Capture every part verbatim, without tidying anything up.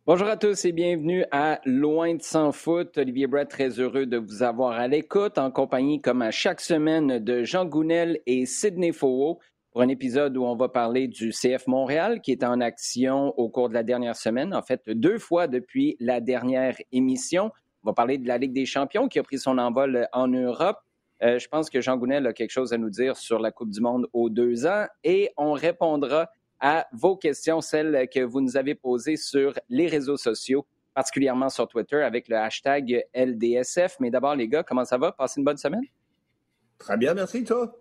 Bonjour à tous et bienvenue à Loin de Sans Foot. Olivier Brett, très heureux de vous avoir à l'écoute en compagnie, comme à chaque semaine, de Jean Gounel et Sidney Fauveau pour un épisode où on va parler du C F Montréal qui est en action au cours de la dernière semaine, en fait deux fois depuis la dernière émission. On va parler de la Ligue des champions qui a pris son envol en Europe. Euh, je pense que Jean Gounel a quelque chose à nous dire sur la Coupe du monde aux deux ans et on répondra à vos questions, celles que vous nous avez posées sur les réseaux sociaux, particulièrement sur Twitter avec le hashtag L D S F. Mais d'abord, les gars, comment ça va? Passez une bonne semaine? Très bien, merci, toi?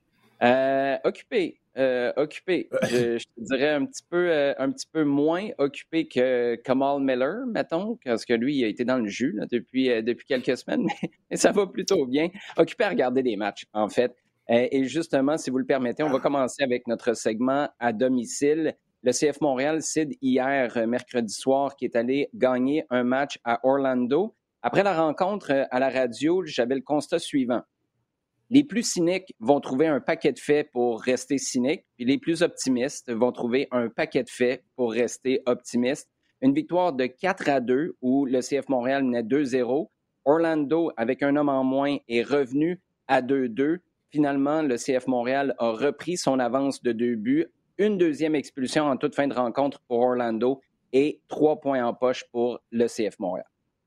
Euh, occupé. Euh, occupé. Je, je te dirais un petit peu, euh, un petit peu moins occupé que Kamal Miller, mettons, parce que lui, il a été dans le jus là, depuis, euh, depuis quelques semaines, mais, mais ça va plutôt bien. Occupé à regarder des matchs, en fait. Euh, et justement, si vous le permettez, on va commencer avec notre segment à domicile. Le C F Montréal, Sid, hier, mercredi soir, qui est allé gagner un match à Orlando. Après la rencontre à la radio, j'avais le constat suivant. Les plus cyniques vont trouver un paquet de faits pour rester cyniques, puis les plus optimistes vont trouver un paquet de faits pour rester optimistes. Une victoire de quatre à deux où le C F Montréal menait deux zéro. Orlando, avec un homme en moins, est revenu à deux deux. Finalement, le C F Montréal a repris son avance de deux buts. Une deuxième expulsion en toute fin de rencontre pour Orlando et trois points en poche pour le C F Montréal.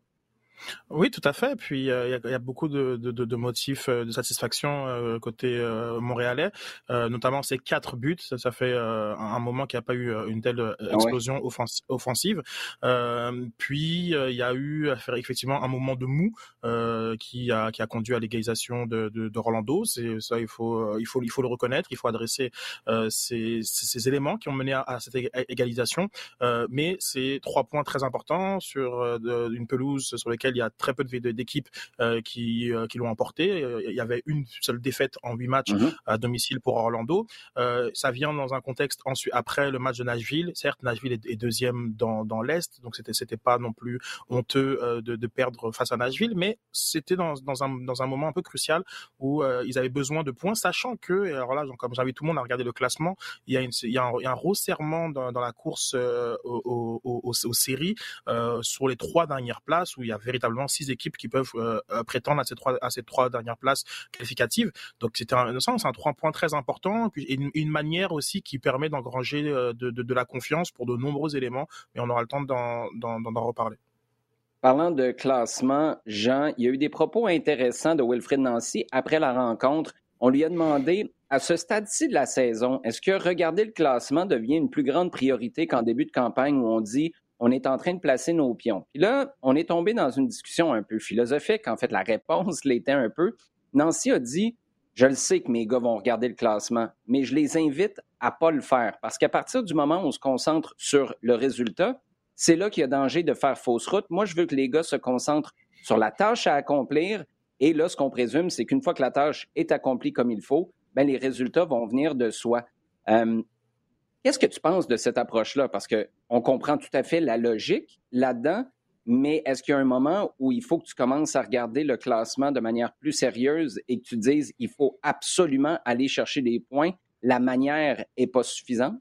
Oui, tout à fait. Puis il euh, y, y a beaucoup de, de, de motifs de satisfaction euh, côté euh, montréalais, euh, notamment ces quatre buts. Ça, ça fait euh, un moment qu'il n'y a pas eu une telle explosion ah ouais. offens- offensive. Euh, puis il euh, y a eu effectivement un moment de mou euh, qui a qui a conduit à l'égalisation de, de, de Orlando. C'est ça, il faut il faut il faut le reconnaître. Il faut adresser euh, ces, ces, ces éléments qui ont mené à, à cette égalisation. Euh, mais c'est trois points très importants sur euh, de, une pelouse sur lesquelles il y a très peu d'équipes euh, qui, euh, qui l'ont emporté. Il y avait une seule défaite en huit matchs mm-hmm. à domicile pour Orlando. Euh, ça vient dans un contexte ensuite après le match de Nashville. Certes, Nashville est, est deuxième dans, dans l'Est, donc c'était c'était pas non plus honteux euh, de, de perdre face à Nashville, mais c'était dans, dans, un, dans un moment un peu crucial où euh, ils avaient besoin de points, sachant que, alors là, donc, comme j'invite tout le monde à regarder le classement, il y a, une, il y a, un, il y a un resserrement dans, dans la course euh, aux, aux, aux, aux séries euh, sur les trois dernières places où il y a véritablement six équipes qui peuvent euh, prétendre à ces trois à ces trois dernières places qualificatives. Donc c'était un sens un trois points très important, puis une, une manière aussi qui permet d'engranger de, de, de la confiance pour de nombreux éléments, mais on aura le temps d'en, d'en, d'en reparler. Parlant de classement, Jean, il y a eu des propos intéressants de Wilfried Nancy après la rencontre. On lui a demandé, à ce stade-ci de la saison, est-ce que regarder le classement devient une plus grande priorité qu'en début de campagne où on dit on est en train de placer nos pions. Puis là, on est tombé dans une discussion un peu philosophique. En fait, la réponse l'était un peu. Nancy a dit, je le sais que mes gars vont regarder le classement, mais je les invite à pas le faire. Parce qu'à partir du moment où on se concentre sur le résultat, c'est là qu'il y a danger de faire fausse route. Moi, je veux que les gars se concentrent sur la tâche à accomplir. Et là, ce qu'on présume, c'est qu'une fois que la tâche est accomplie comme il faut, ben, les résultats vont venir de soi. Euh, Qu'est-ce que tu penses de cette approche-là? Parce qu'on comprend tout à fait la logique là-dedans, mais est-ce qu'il y a un moment où il faut que tu commences à regarder le classement de manière plus sérieuse et que tu dises il faut absolument aller chercher des points, la manière n'est pas suffisante?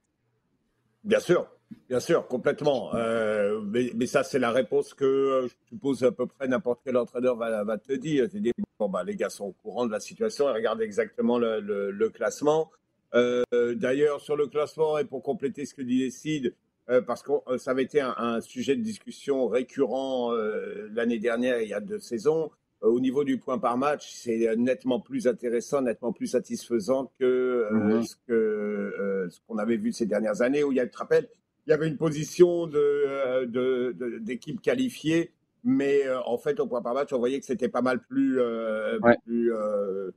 Bien sûr, bien sûr, complètement. Euh, mais, mais ça, c'est la réponse que euh, je suppose à peu près n'importe quel entraîneur va, va te dire. Tu dis, bon, bah, les gars sont au courant de la situation et regardent exactement le, le, le classement. Euh, d'ailleurs, sur le classement, et pour compléter ce que disait Sid, euh, parce que euh, ça avait été un, un sujet de discussion récurrent euh, l'année dernière, il y a deux saisons, euh, au niveau du point par match, c'est nettement plus intéressant, nettement plus satisfaisant que, euh, mm-hmm. ce, que euh, ce qu'on avait vu ces dernières années, où il y a, tu te rappelles, il y avait une position de, de, de, d'équipe qualifiée, mais euh, en fait, au point par match, on voyait que c'était pas mal plus... Euh, ouais. plus euh,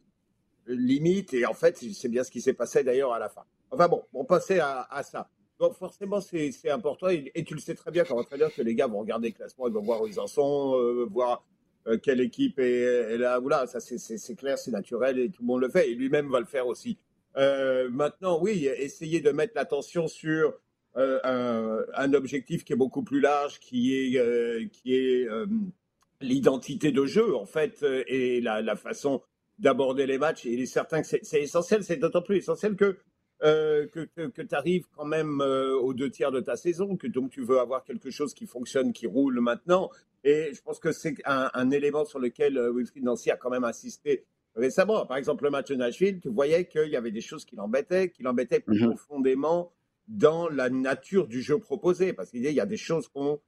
limite, et en fait, c'est bien ce qui s'est passé d'ailleurs à la fin. Enfin bon, on passait à, à ça. Donc forcément, c'est, c'est important, et, et tu le sais très bien comme entraîneur que les gars vont regarder le classement, ils vont voir où ils en sont, euh, voir euh, quelle équipe est, est là ou là. Ça, c'est, c'est, c'est clair, c'est naturel, et tout le monde le fait, et lui-même va le faire aussi. Euh, maintenant, oui, essayer de mettre l'attention sur euh, un, un objectif qui est beaucoup plus large, qui est, euh, qui est euh, l'identité de jeu, en fait, et la, la façon d'aborder les matchs. Il est certain que c'est, c'est essentiel, c'est d'autant plus essentiel que euh, que, que, que tu arrives quand même euh, aux deux tiers de ta saison, que donc tu veux avoir quelque chose qui fonctionne, qui roule maintenant. Et je pense que c'est un, un élément sur lequel euh, Wilfried Nancy a quand même insisté récemment. Par exemple, le match de Nashville, tu voyais qu'il y avait des choses qui l'embêtaient, qui l'embêtaient plus Mhm. profondément dans la nature du jeu proposé. Parce qu'il y a des choses qu'on...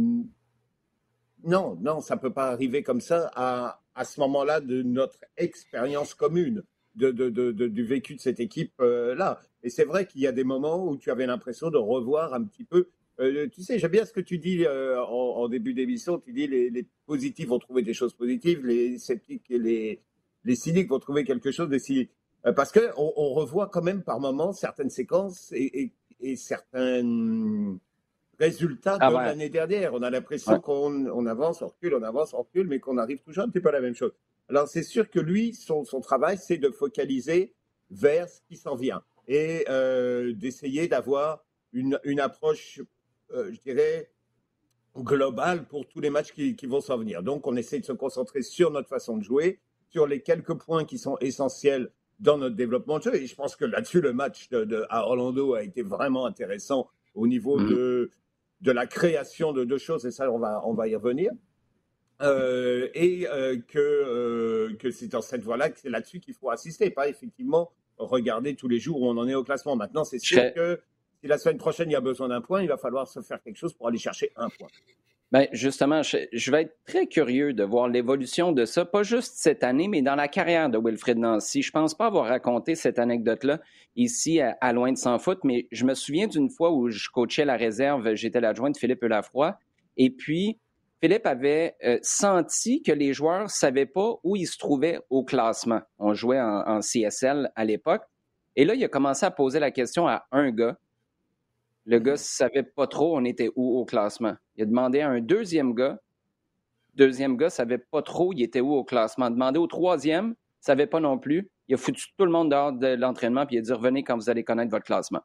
Non, non, ça ne peut pas arriver comme ça à, à ce moment-là de notre expérience commune, de, de, de, de- du vécu de cette équipe-là. Et c'est vrai qu'il y a des moments où tu avais l'impression de revoir un petit peu. Euh, tu sais, j'aime bien ce que tu dis euh, en, en début d'émission. Tu dis les, les positifs vont trouver des choses positives, les sceptiques et les, les cyniques vont trouver quelque chose de cynique. Euh, parce qu'on on revoit quand même par moments certaines séquences et, et, et certaines résultat Ah de ouais, l'année dernière. On a l'impression ouais. qu'on on avance, on recule, on avance, on recule, mais qu'on arrive toujours un petit peu à la même chose. Alors, c'est sûr que lui, son, son travail, c'est de focaliser vers ce qui s'en vient et euh, d'essayer d'avoir une, une approche, euh, je dirais, globale pour tous les matchs qui, qui vont s'en venir. Donc, on essaie de se concentrer sur notre façon de jouer, sur les quelques points qui sont essentiels dans notre développement de jeu. Et je pense que là-dessus, le match de, de, à Orlando a été vraiment intéressant au niveau Mhm. de, de la création de deux choses, et ça, on va, on va y revenir. Euh, et euh, que, euh, que c'est dans cette voie-là, que c'est là-dessus qu'il faut assister, pas effectivement regarder tous les jours où on en est au classement. Maintenant, c'est Je sûr serais- que si la semaine prochaine, il y a besoin d'un point, il va falloir se faire quelque chose pour aller chercher un point. Ben, justement, je, je vais être très curieux de voir l'évolution de ça, pas juste cette année, mais dans la carrière de Wilfried Nancy. Je pense pas avoir raconté cette anecdote-là ici à, à Loin de Sans Foot, mais je me souviens d'une fois où je coachais la réserve, j'étais l'adjoint de Philippe Lafroy, et puis Philippe avait euh, senti que les joueurs savaient pas où ils se trouvaient au classement. On jouait en, en C S L à l'époque, et là, il a commencé à poser la question à un gars. Le gars ne savait pas trop on était où au classement. Il a demandé à un deuxième gars. Le deuxième gars ne savait pas trop il était où au classement. Demandé au troisième, il ne savait pas non plus. Il a foutu tout le monde dehors de l'entraînement puis il a dit revenez quand vous allez connaître votre classement.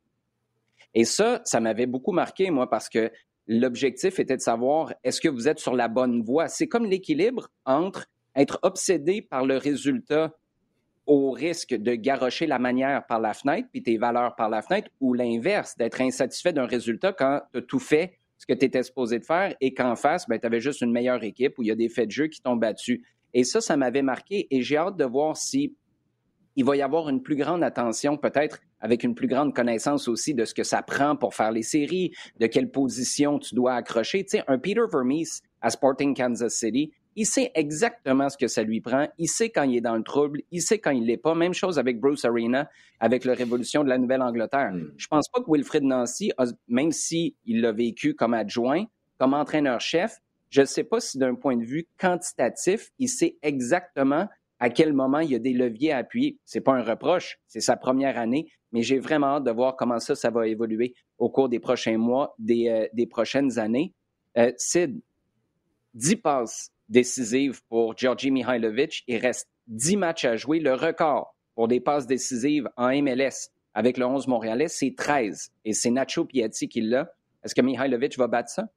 Et ça, ça m'avait beaucoup marqué, moi, parce que l'objectif était de savoir est-ce que vous êtes sur la bonne voie. C'est comme l'équilibre entre être obsédé par le résultat au risque de garrocher la manière par la fenêtre puis tes valeurs par la fenêtre, ou l'inverse, d'être insatisfait d'un résultat quand tu as tout fait ce que tu étais supposé de faire et qu'en face, ben, tu avais juste une meilleure équipe où il y a des faits de jeu qui t'ont battu. Et ça, ça m'avait marqué et j'ai hâte de voir si il va y avoir une plus grande attention, peut-être avec une plus grande connaissance aussi de ce que ça prend pour faire les séries, de quelle position tu dois accrocher. Tu sais, un Peter Vermees à Sporting Kansas City, il sait exactement ce que ça lui prend. Il sait quand il est dans le trouble. Il sait quand il l'est pas. Même chose avec Bruce Arena, avec la révolution de la Nouvelle-Angleterre. Mm. Je pense pas que Wilfried Nancy, a, même s'il l'a vécu comme adjoint, comme entraîneur-chef, je ne sais pas si d'un point de vue quantitatif, il sait exactement à quel moment il y a des leviers à appuyer. C'est pas un reproche, c'est sa première année, mais j'ai vraiment hâte de voir comment ça, ça va évoluer au cours des prochains mois, des, euh, des prochaines années. Euh, Sid, dix passes décisives pour Georgi Mihailovic. Il reste dix matchs à jouer. Le record pour des passes décisives en M L S avec le onze montréalais, c'est treize. Et c'est Nacho Piatti qui l'a. Est-ce que Mihailovic va battre ça?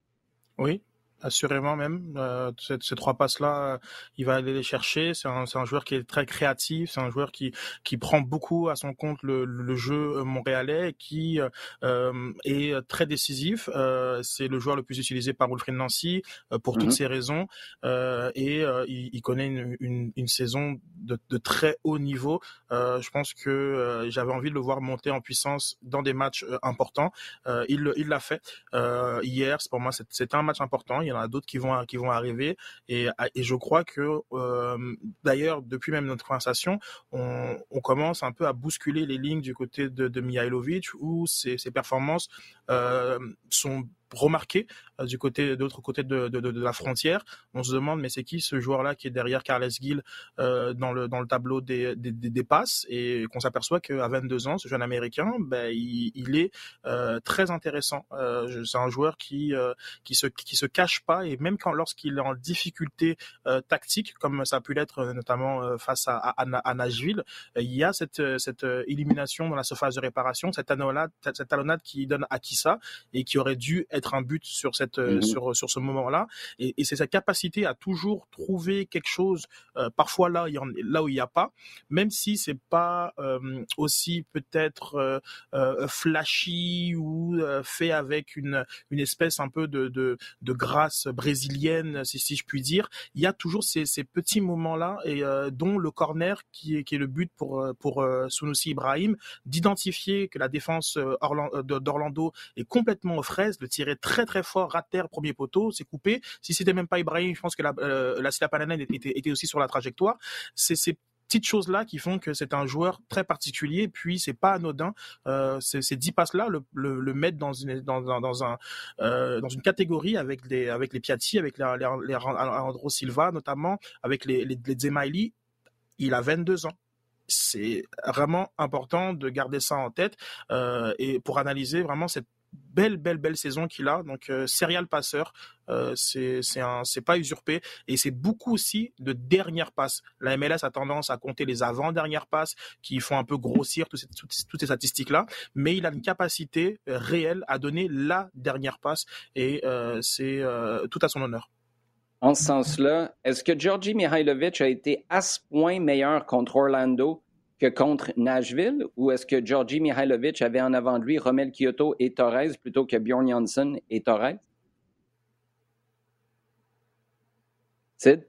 Oui. Assurément même, euh, ces, ces trois passes-là, euh, il va aller les chercher. C'est un, c'est un joueur qui est très créatif, c'est un joueur qui qui prend beaucoup à son compte le, le jeu montréalais, qui euh, est très décisif. Euh, c'est le joueur le plus utilisé par Wilfried Nancy euh, pour mm-hmm. toutes ces raisons, euh, et euh, il, il connaît une, une, une saison de, de très haut niveau. Euh, je pense que euh, j'avais envie de le voir monter en puissance dans des matchs euh, importants. Euh, il il l'a fait euh, hier. Pour moi, c'est, c'est un match important. Il y en a d'autres qui vont qui vont arriver et, et je crois que euh, d'ailleurs depuis même notre conversation on, on commence un peu à bousculer les lignes du côté de, de Mihailovic où ses, ses performances euh, sont remarqué euh, du côté de l'autre côté de, de, de, de la frontière. On se demande mais c'est qui ce joueur-là qui est derrière Carles Gil euh, dans le dans le tableau des des, des passes, et qu'on s'aperçoit qu'à vingt-deux ans ce jeune américain ben il, il est euh, très intéressant. Euh, c'est un joueur qui euh, qui se qui se cache pas, et même quand lorsqu'il est en difficulté euh, tactique comme ça a pu l'être notamment euh, face à, à, à Nashville, euh, il y a cette cette élimination dans la surface de réparation, cette talonnade cette talonnade qui donne à Kissa et qui aurait dû être un but sur cette Mm-hmm. sur sur ce moment-là. Et, et c'est sa capacité à toujours trouver quelque chose, euh, parfois là, il y en, là où il n'y a pas, même si c'est pas euh, aussi peut-être euh, euh, flashy ou euh, fait avec une une espèce un peu de de, de grâce brésilienne, si, si je puis dire. Il y a toujours ces, ces petits moments-là, et euh, dont le corner qui est qui est le but pour pour euh, Sunusi Ibrahim, d'identifier que la défense euh, Orlando, d'Orlando est complètement aux fraises, le tirer très très fort, rate terre, premier poteau, c'est coupé. Si c'était même pas Ibrahim, je pense que la euh, la Silapalainen était, était aussi sur la trajectoire. C'est ces petites choses-là qui font que c'est un joueur très particulier, puis c'est pas anodin. Euh, ces, ces dix passes-là le, le, le mettent dans une dans, dans, dans un euh, dans une catégorie avec les avec les Piatti, avec les, les, les Alejandro Silva notamment, avec les les, les Dzemaili. Il a vingt-deux ans. C'est vraiment important de garder ça en tête, euh, et pour analyser vraiment cette belle belle belle saison qu'il a. Donc euh, serial passeur, euh, c'est c'est un c'est pas usurpé, et c'est beaucoup aussi de dernières passes. La M L S a tendance à compter les avant dernières passes qui font un peu grossir toutes ces, toutes, toutes ces statistiques là, mais il a une capacité réelle à donner la dernière passe, et euh, c'est euh, tout à son honneur. En ce sens-là, est-ce que Georgi Mihailovic a été à ce point meilleur contre Orlando que contre Nashville, ou est-ce que Georgi Mihailovic avait en avant de lui Romell Kyoto et Torres plutôt que Bjorn Janssen et Torres? Sid?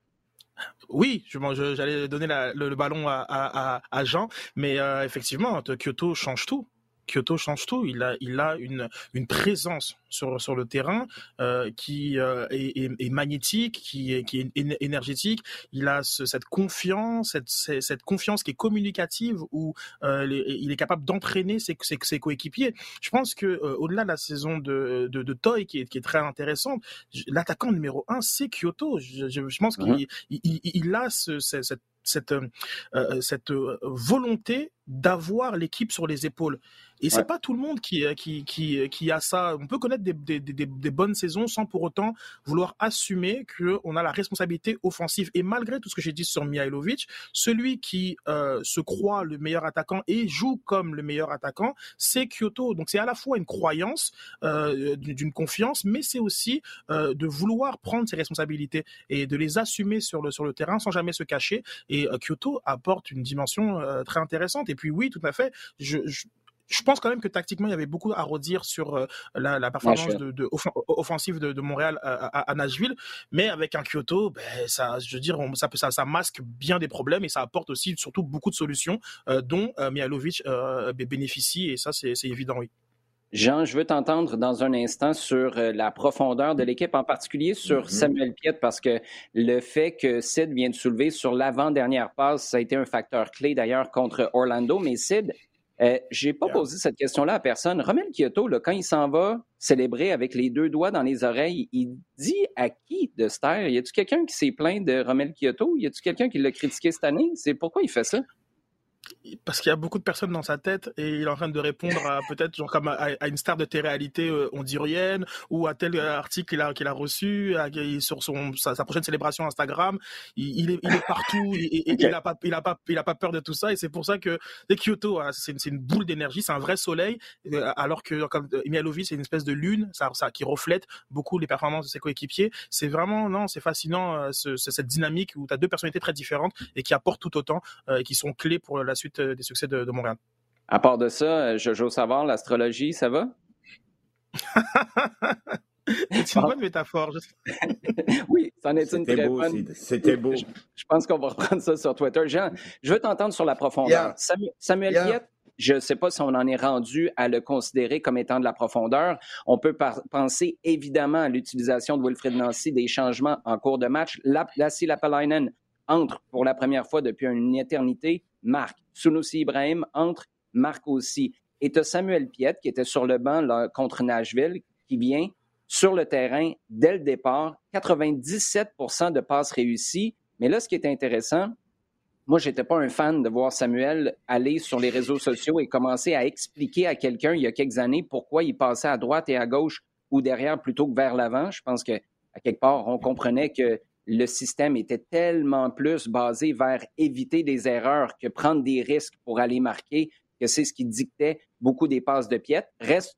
Oui, je, je, j'allais donner la, le, le ballon à, à, à Jean, mais euh, effectivement, Kyoto change tout. Kyoto change tout. Il a, il a une, une présence sur, sur le terrain euh, qui euh, est, est, est magnétique, qui est, qui est énergétique. Il a ce, cette confiance, cette, cette confiance qui est communicative, où euh, les, il est capable d'entraîner ses, ses, ses coéquipiers. Je pense que euh, au-delà de la saison de, de, de Toy, qui est, qui est très intéressante, l'attaquant numéro un, c'est Kyoto. Je, je, je pense mm-hmm. qu'il il, il, il a ce, cette, cette, euh, cette volonté d'avoir l'équipe sur les épaules. Et c'est ouais. pas tout le monde qui, qui, qui, qui a ça. On peut connaître des, des, des, des bonnes saisons sans pour autant vouloir assumer qu'on a la responsabilité offensive. Et malgré tout ce que j'ai dit sur Mihailovic, celui qui euh, se croit le meilleur attaquant et joue comme le meilleur attaquant, c'est Kyoto. Donc c'est à la fois une croyance, euh, d'une confiance, mais c'est aussi euh, de vouloir prendre ses responsabilités et de les assumer sur le, sur le terrain sans jamais se cacher. Et euh, Kyoto apporte une dimension euh, très intéressante. Et puis oui, tout à fait, je... je Je pense quand même que tactiquement, il y avait beaucoup à redire sur euh, la, la performance ouais, de, de, off- offensive de, de Montréal à, à, à Nashville. Mais avec un Kyoto, ben, ça, je veux dire, on, ça, ça, ça masque bien des problèmes, et ça apporte aussi surtout beaucoup de solutions euh, dont euh, Mihailovic euh, bénéficie. Et ça, c'est, c'est évident, oui. Jean, je veux t'entendre dans un instant sur la profondeur de l'équipe, en particulier sur mm-hmm. Samuel Piette, parce que le fait que Sid vient de soulever sur l'avant-dernière passe, ça a été un facteur clé d'ailleurs contre Orlando. Mais Sid, Euh, j'ai pas yeah. posé cette question-là à personne. Romell Kyoto, là, quand il s'en va célébrer avec les deux doigts dans les oreilles, il dit à qui de se taire? Y a-tu quelqu'un qui s'est plaint de Romell Kyoto? Y a-tu quelqu'un qui l'a critiqué cette année? C'est pourquoi il fait ça? Parce qu'il y a beaucoup de personnes dans sa tête, et il est en train de répondre à peut-être genre comme à, à une star de télé-réalité euh, hondurienne, ou à tel article qu'il a, qu'il a reçu, à, sur son, sa, sa prochaine célébration Instagram. Il, il, est, il est partout, et, et, okay. il a pas, il a pas, il a pas peur de tout ça, et c'est pour ça que les Kyoto, hein, c'est, une, c'est une boule d'énergie, c'est un vrai soleil, euh, alors que comme Mihailovic, c'est une espèce de lune, ça, ça qui reflète beaucoup les performances de ses coéquipiers. C'est vraiment, non, c'est fascinant, euh, ce, ce, cette dynamique où tu as deux personnalités très différentes et qui apportent tout autant, euh, et qui sont clés pour la suite des succès de, de Montréal. À part de ça, Jojo Savard, l'astrologie, ça va? C'est une bonne métaphore. Oui, c'en est C'était une très beau, bonne. C'était beau. Je, je pense qu'on va reprendre ça sur Twitter. Jean, je veux t'entendre sur la profondeur. Yeah. Samuel, Samuel yeah. Piette, je ne sais pas si on en est rendu à le considérer comme étant de la profondeur. On peut par- penser évidemment à l'utilisation de Wilfried Nancy, des changements en cours de match. Lassi Lapalainen entre pour la première fois depuis une éternité, marque. Sunusi Ibrahim entre, marque aussi. Et tu as Samuel Piette qui était sur le banc là, contre Nashville, qui vient sur le terrain dès le départ, quatre-vingt-dix-sept pour cent de passes réussies. Mais là, ce qui est intéressant, moi, je n'étais pas un fan de voir Samuel aller sur les réseaux sociaux et commencer à expliquer à quelqu'un il y a quelques années pourquoi il passait à droite et à gauche ou derrière plutôt que vers l'avant. Je pense qu'à quelque part, on comprenait que le système était tellement plus basé vers éviter des erreurs que prendre des risques pour aller marquer, que c'est ce qui dictait beaucoup des passes de Piette. Reste que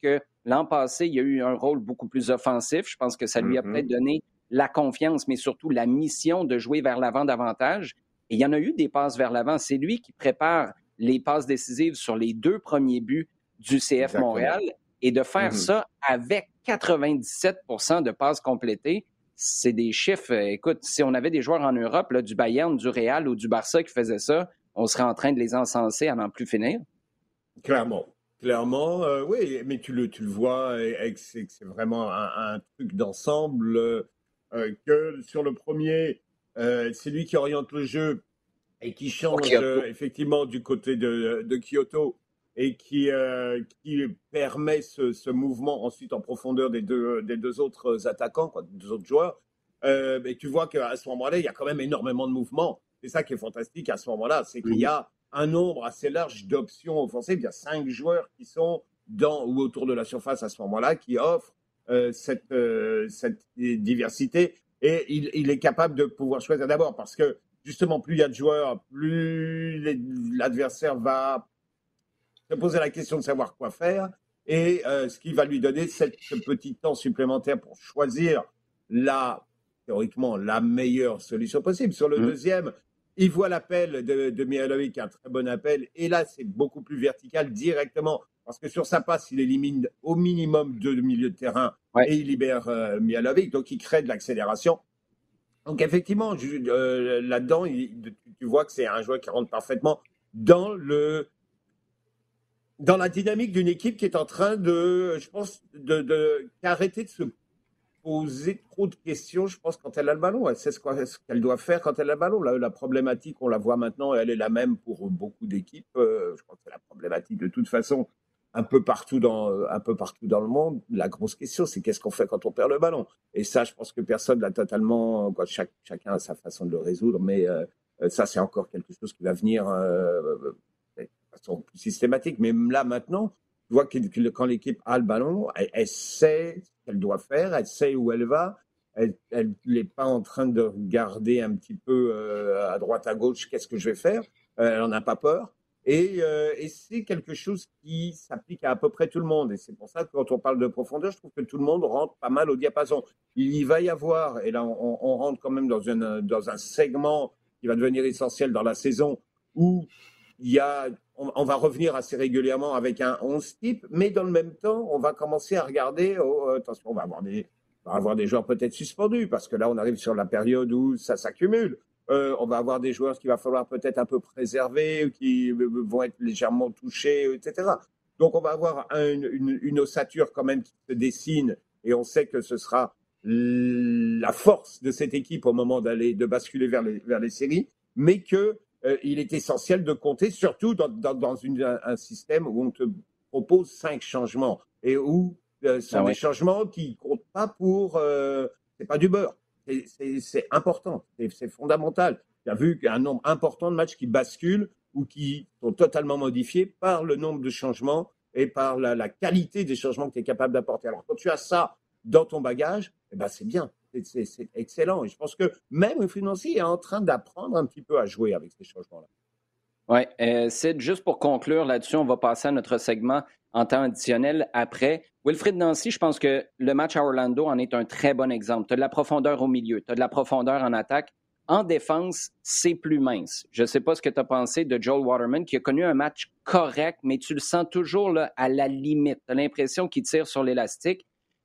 l'an passé, il y a eu un rôle beaucoup plus offensif. Je pense que ça lui a Mm-hmm. peut-être donné la confiance, mais surtout la mission de jouer vers l'avant davantage. Et il y en a eu des passes vers l'avant. C'est lui qui prépare les passes décisives sur les deux premiers buts du C F Exactement. Montréal. Et de faire Mm-hmm. ça avec quatre-vingt-dix-sept pour cent de passes complétées, c'est des chiffres. Écoute, si on avait des joueurs en Europe, là, du Bayern, du Real ou du Barça qui faisaient ça, on serait en train de les encenser à n'en plus finir. Clairement. Clairement, euh, oui, mais tu le, tu le vois, et, et c'est, c'est vraiment un, un truc d'ensemble euh, que sur le premier, euh, c'est lui qui oriente le jeu et qui change euh, effectivement du côté de, de Kyoto et qui, euh, qui permet ce, ce mouvement ensuite en profondeur des deux, des deux autres attaquants, quoi, des deux autres joueurs. Euh, et tu vois qu'à ce moment-là, il y a quand même énormément de mouvements. C'est ça qui est fantastique à ce moment-là, c'est qu'il y a un nombre assez large d'options offensives. Il y a cinq joueurs qui sont dans ou autour de la surface à ce moment-là, qui offrent euh, cette, euh, cette diversité. Et il, il est capable de pouvoir choisir d'abord parce que justement, plus il y a de joueurs, plus les, l'adversaire va se poser la question de savoir quoi faire. Et euh, ce qui va lui donner cette, ce petit temps supplémentaire pour choisir la, théoriquement, la meilleure solution possible. Sur le mmh. deuxième, il voit l'appel de, de Mihajlovic, un très bon appel. Et là, c'est beaucoup plus vertical directement. Parce que sur sa passe, il élimine au minimum deux milieux de terrain ouais. et il libère euh, Mihajlovic. Donc, il crée de l'accélération. Donc, effectivement, je, euh, là-dedans, il, tu vois que c'est un joueur qui rentre parfaitement dans, le, dans la dynamique d'une équipe qui est en train de, je pense, de, de, d'arrêter de se poser trop de questions, je pense, quand elle a le ballon. Elle sait ce, quoi, ce qu'elle doit faire quand elle a le ballon. La, la problématique, on la voit maintenant, elle est la même pour beaucoup d'équipes. Euh, je crois que c'est la problématique de toute façon. Un peu partout dans, un peu partout dans le monde, la grosse question, c'est qu'est-ce qu'on fait quand on perd le ballon. Et ça, je pense que personne l'a totalement, quoi, chaque, chacun a sa façon de le résoudre, mais euh, ça, c'est encore quelque chose qui va venir euh, de façon plus systématique. Mais là, maintenant, tu vois que, que quand l'équipe a le ballon, elle, elle sait ce qu'elle doit faire, elle sait où elle va, elle n'est pas en train de regarder un petit peu euh, à droite, à gauche, qu'est-ce que je vais faire. Euh, elle n'en a pas peur. Et, euh, et c'est quelque chose qui s'applique à à peu près tout le monde. Et c'est pour ça que quand on parle de profondeur, je trouve que tout le monde rentre pas mal au diapason. Il y va y avoir, et là on, on rentre quand même dans, une, dans un segment qui va devenir essentiel dans la saison, où il y a, on, on va revenir assez régulièrement avec un onze type, mais dans le même temps, on va commencer à regarder, oh, attention, on va avoir des, on va avoir des joueurs peut-être suspendus, parce que là on arrive sur la période où ça s'accumule. Euh, on va avoir des joueurs qu'il va falloir peut-être un peu préserver, qui vont être légèrement touchés, et cetera. Donc, on va avoir un, une, une ossature quand même qui se dessine et on sait que ce sera la force de cette équipe au moment d'aller, de basculer vers les, vers les séries, mais qu'il euh, est essentiel de compter, surtout dans, dans, dans une, un, un système où on te propose cinq changements et où euh, ce sont ah ouais. des changements qui ne comptent pas pour... Euh, c'est pas du beurre. C'est, c'est, c'est important, c'est, c'est fondamental. Tu as vu un nombre important de matchs qui basculent ou qui sont totalement modifiés par le nombre de changements et par la, la qualité des changements que tu es capable d'apporter. Alors, quand tu as ça dans ton bagage, eh ben, c'est bien, c'est, c'est, c'est excellent. Et je pense que même le financier est en train d'apprendre un petit peu à jouer avec ces changements-là. Oui, euh, Sid, juste pour conclure là-dessus, on va passer à notre segment en temps additionnel après. Wilfried Nancy, je pense que le match à Orlando en est un très bon exemple. Tu as de la profondeur au milieu, tu as de la profondeur en attaque. En défense, c'est plus mince. Je ne sais pas ce que tu as pensé de Joel Waterman, qui a connu un match correct, mais tu le sens toujours là, à la limite. Tu as l'impression qu'il tire sur l'élastique.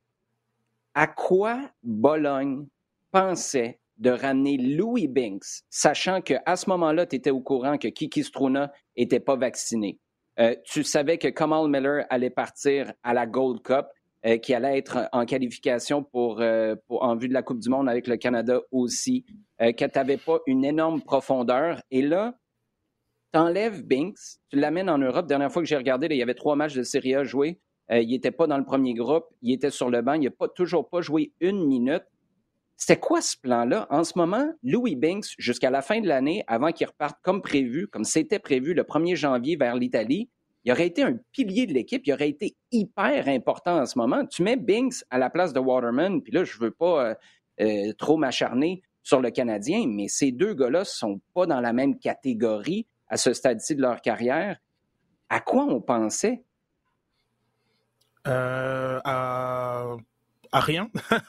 À quoi Bologne pensait de ramener Louis Binks, sachant qu'à ce moment-là, tu étais au courant que Kiki Struna n'était pas vacciné. Euh, tu savais que Kamal Miller allait partir à la Gold Cup, euh, qui allait être en qualification pour, euh, pour, en vue de la Coupe du Monde avec le Canada aussi, euh, que tu n'avais pas une énorme profondeur. Et là, tu enlèves Binks, tu l'amènes en Europe. Dernière fois que j'ai regardé, là, il y avait trois matchs de Serie A joués. Euh, il n'était pas dans le premier groupe, il était sur le banc, il n'a pas, toujours pas joué une minute. C'était quoi ce plan-là? En ce moment, Louis Binks, jusqu'à la fin de l'année, avant qu'il reparte comme prévu, comme c'était prévu le premier janvier vers l'Italie, il aurait été un pilier de l'équipe, il aurait été hyper important en ce moment. Tu mets Binks à la place de Waterman, puis là, je ne veux pas euh, euh, trop m'acharner sur le Canadien, mais ces deux gars-là ne sont pas dans la même catégorie à ce stade-ci de leur carrière. À quoi on pensait? euh, à... à rien,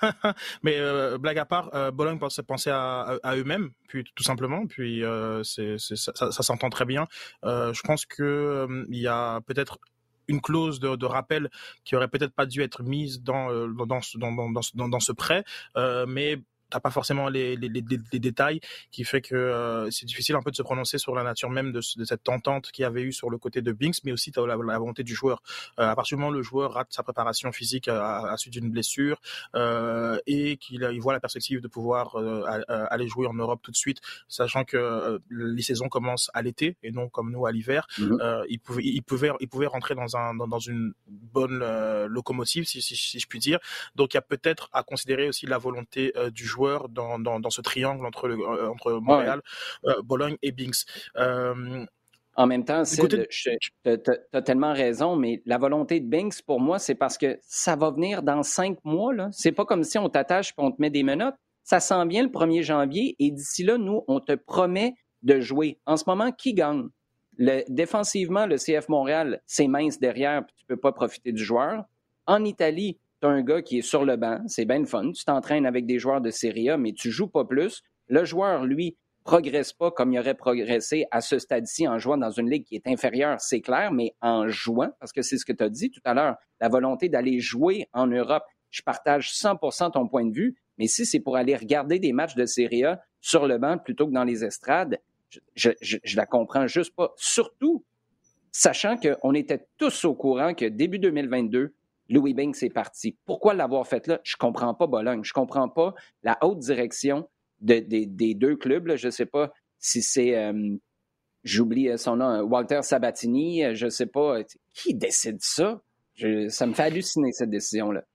mais euh, blague à part, euh, Bologne pensait penser à, à, à eux-mêmes, puis tout simplement, puis euh, c'est, c'est, ça, ça, ça s'entend très bien. Euh, je pense que euh, il y a peut-être une clause de, de rappel qui aurait peut-être pas dû être mise dans euh, dans, dans, dans, dans, dans, dans ce prêt, euh, mais t'as pas forcément les, les, les, les détails, qui fait que euh, c'est difficile un peu de se prononcer sur la nature même de, de cette entente qu'il y avait eu sur le côté de Binks, mais aussi t'as la, la volonté du joueur. Euh, à partir du moment où le joueur rate sa préparation physique à, à, à suite d'une blessure euh, et qu'il il voit la perspective de pouvoir euh, à, à aller jouer en Europe tout de suite, sachant que euh, les saisons commencent à l'été et non comme nous à l'hiver, mm-hmm. euh, il pouvait il pouvait il pouvait rentrer dans un dans, dans une bonne euh, locomotive si, si si je puis dire. Donc il y a peut-être à considérer aussi la volonté euh, du joueur Dans, dans, dans ce triangle entre, le, euh, entre Montréal, ouais. euh, Bologne et Binks. Euh, en même temps, Sid, côté... tu as tellement raison, mais la volonté de Binks, pour moi, c'est parce que ça va venir dans cinq mois. Là. C'est pas comme si on t'attache et on te met des menottes. Ça s'en vient le premier janvier et d'ici là, nous, on te promet de jouer. En ce moment, qui gagne? Le, défensivement, le C F Montréal, c'est mince derrière, puis tu peux pas profiter du joueur. En Italie, tu as un gars qui est sur le banc, c'est bien le fun, tu t'entraînes avec des joueurs de Serie A, mais tu joues pas plus. Le joueur, lui, progresse pas comme il aurait progressé à ce stade-ci en jouant dans une ligue qui est inférieure, c'est clair, mais en jouant, parce que c'est ce que tu as dit tout à l'heure, la volonté d'aller jouer en Europe, je partage cent pour cent ton point de vue, mais si c'est pour aller regarder des matchs de Serie A sur le banc plutôt que dans les estrades, je, je, je, je la comprends juste pas. Surtout, sachant qu'on était tous au courant que début deux mille vingt-deux, Louis Binks est parti. Pourquoi l'avoir fait là? Je ne comprends pas Bologne. Je ne comprends pas la haute direction de, de, des deux clubs. Là. Je ne sais pas si c'est, euh, j'oublie son nom, Walter Sabatini. Je ne sais pas. Qui décide ça? Je, ça me fait halluciner, cette décision-là.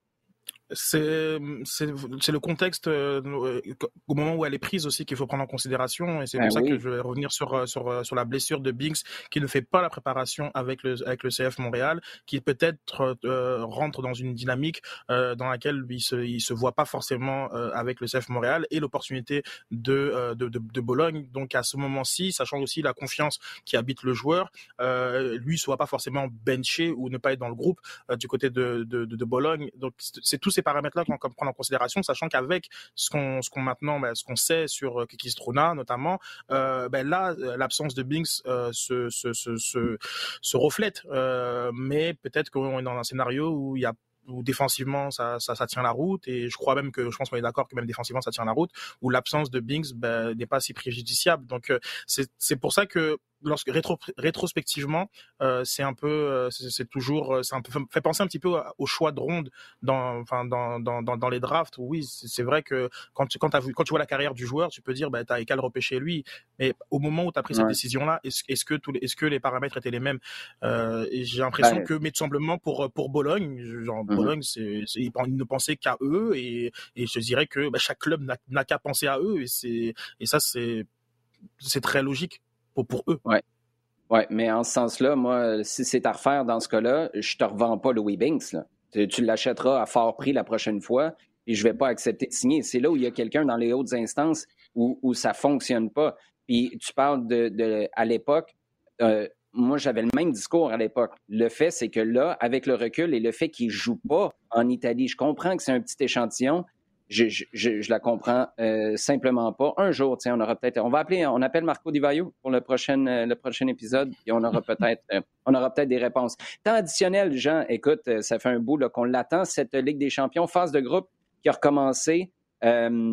C'est, c'est, c'est le contexte euh, au moment où elle est prise aussi qu'il faut prendre en considération, et c'est ben pour ça oui. que je vais revenir sur sur sur la blessure de Binks, qui ne fait pas la préparation avec le avec le C F Montréal, qui peut-être euh, rentre dans une dynamique euh, dans laquelle il se il se voit pas forcément euh, avec le C F Montréal, et l'opportunité de euh, de, de de Bologne. Donc à ce moment-ci, sachant aussi la confiance qui habite le joueur, euh, lui soit pas forcément benché ou ne pas être dans le groupe euh, du côté de de de, de Bologne. Donc c'est tout ces paramètres-là qu'on peut prendre en considération, sachant qu'avec ce qu'on, ce qu'on maintenant, ben, ce qu'on sait sur Kiki Struna notamment, euh, ben là, l'absence de Binks euh, se, se, se, se, se reflète. Euh, mais peut-être qu'on est dans un scénario où il y a où défensivement ça, ça, ça tient la route, et je crois même que, je pense qu'on est d'accord que même défensivement ça tient la route, où l'absence de Binks ben, n'est pas si préjudiciable. Donc euh, c'est, c'est pour ça que lorsque rétro, rétrospectivement, euh, c'est un peu, euh, c'est, c'est toujours, c'est un peu fait penser un petit peu au choix de ronde dans, enfin dans dans dans, dans les drafts. Oui, c'est, c'est vrai que quand tu quand, vu, quand tu vois la carrière du joueur, tu peux dire bah t'as qu'à le repêcher lui. Mais au moment où t'as pris ouais. cette décision-là, est-ce, est-ce que tous les, est-ce que les paramètres étaient les mêmes? euh, Et j'ai l'impression ouais. que, mais tout simplement pour pour Bologne, genre mm-hmm. Bologne, c'est, c'est ils ne pensaient qu'à eux, et et je dirais que bah, chaque club n'a, n'a qu'à penser à eux, et c'est et ça c'est c'est très logique. Pour, pour eux. Oui, ouais, mais en ce sens-là, moi, si c'est à refaire dans ce cas-là, je te revends pas Louis Binks. Là. Tu, tu l'achèteras à fort prix la prochaine fois et je vais pas accepter de signer. C'est là où il y a quelqu'un dans les hautes instances où, où ça fonctionne pas. Puis tu parles de, de à l'époque, euh, moi j'avais le même discours à l'époque. Le fait, c'est que là, avec le recul et le fait qu'il joue pas en Italie, je comprends que c'est un petit échantillon. Je, je, je, je la comprends euh, simplement pas. Un jour, tiens, on aura peut-être, on va appeler, on appelle Marco Di Vaio pour le prochain, euh, le prochain épisode, et on aura peut-être, euh, on aura peut-être des réponses. Temps additionnel, Jean, écoute, ça fait un bout là, qu'on l'attend, cette Ligue des Champions, phase de groupe qui a recommencé. Euh,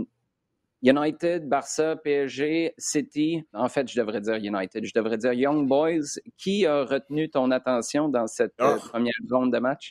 United, Barça, P S G, City, en fait, je devrais dire United, je devrais dire Young Boys. Qui a retenu ton attention dans cette oh. euh, première ronde de match?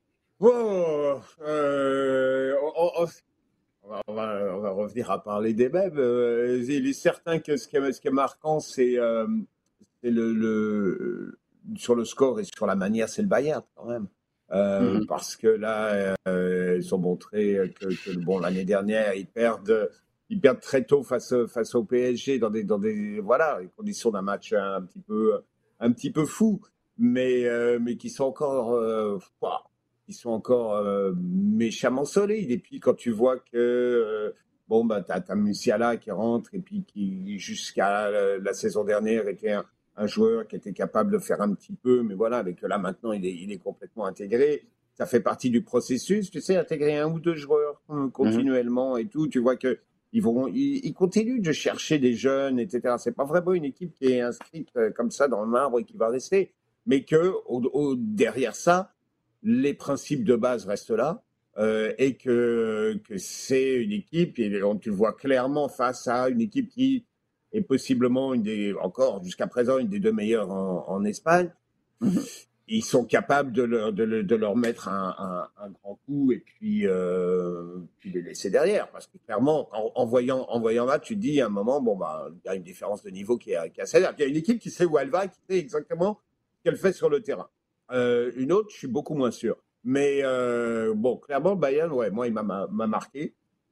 Oh, euh, on, on, on, va, on va revenir à parler des mêmes. Euh, il est certain que ce qui est, ce qui est marquant, c'est, euh, c'est le, le, sur le score et sur la manière, c'est le Bayern quand même. Euh, mm-hmm. Parce que là, euh, ils ont montré que, que bon, l'année dernière, ils perdent, ils perdent très tôt face, face au P S G dans des, dans des, voilà, les conditions d'un match un petit peu, un petit peu fou, mais, euh, mais qui sont encore, euh, wow, qui sont encore euh, méchamment solides. Et puis quand tu vois que euh, bon, bah, t'as, t'as Musiala qui rentre et puis qui jusqu'à la, la saison dernière était un, un joueur qui était capable de faire un petit peu, mais voilà, avec là maintenant il est, il est complètement intégré. ça fait partie du processus, tu sais, intégrer un ou deux joueurs hum, continuellement et tout. Tu vois que ils vont, ils, ils continuent de chercher des jeunes, et cetera. C'est pas vraiment une équipe qui est inscrite euh, comme ça dans le marbre et qui va rester, mais que au, au, derrière ça, les principes de base restent là. Euh, et que, que c'est une équipe, et on, tu le vois clairement face à une équipe qui est possiblement une des, encore jusqu'à présent une des deux meilleures en, en Espagne. Mm-hmm. Ils sont capables de leur, de, de leur mettre un, un, un grand coup et puis, euh, puis les laisser derrière. Parce que clairement, en, en, voyant, en voyant là, tu te dis à un moment, bon, bah, il y a une différence de niveau qui est, qui est assez large. Il y a une équipe qui sait où elle va, qui sait exactement ce qu'elle fait sur le terrain. Euh, une autre, je suis beaucoup moins sûr. Mais euh, bon, clairement, Bayern, ouais, moi, il m'a, m'a marqué.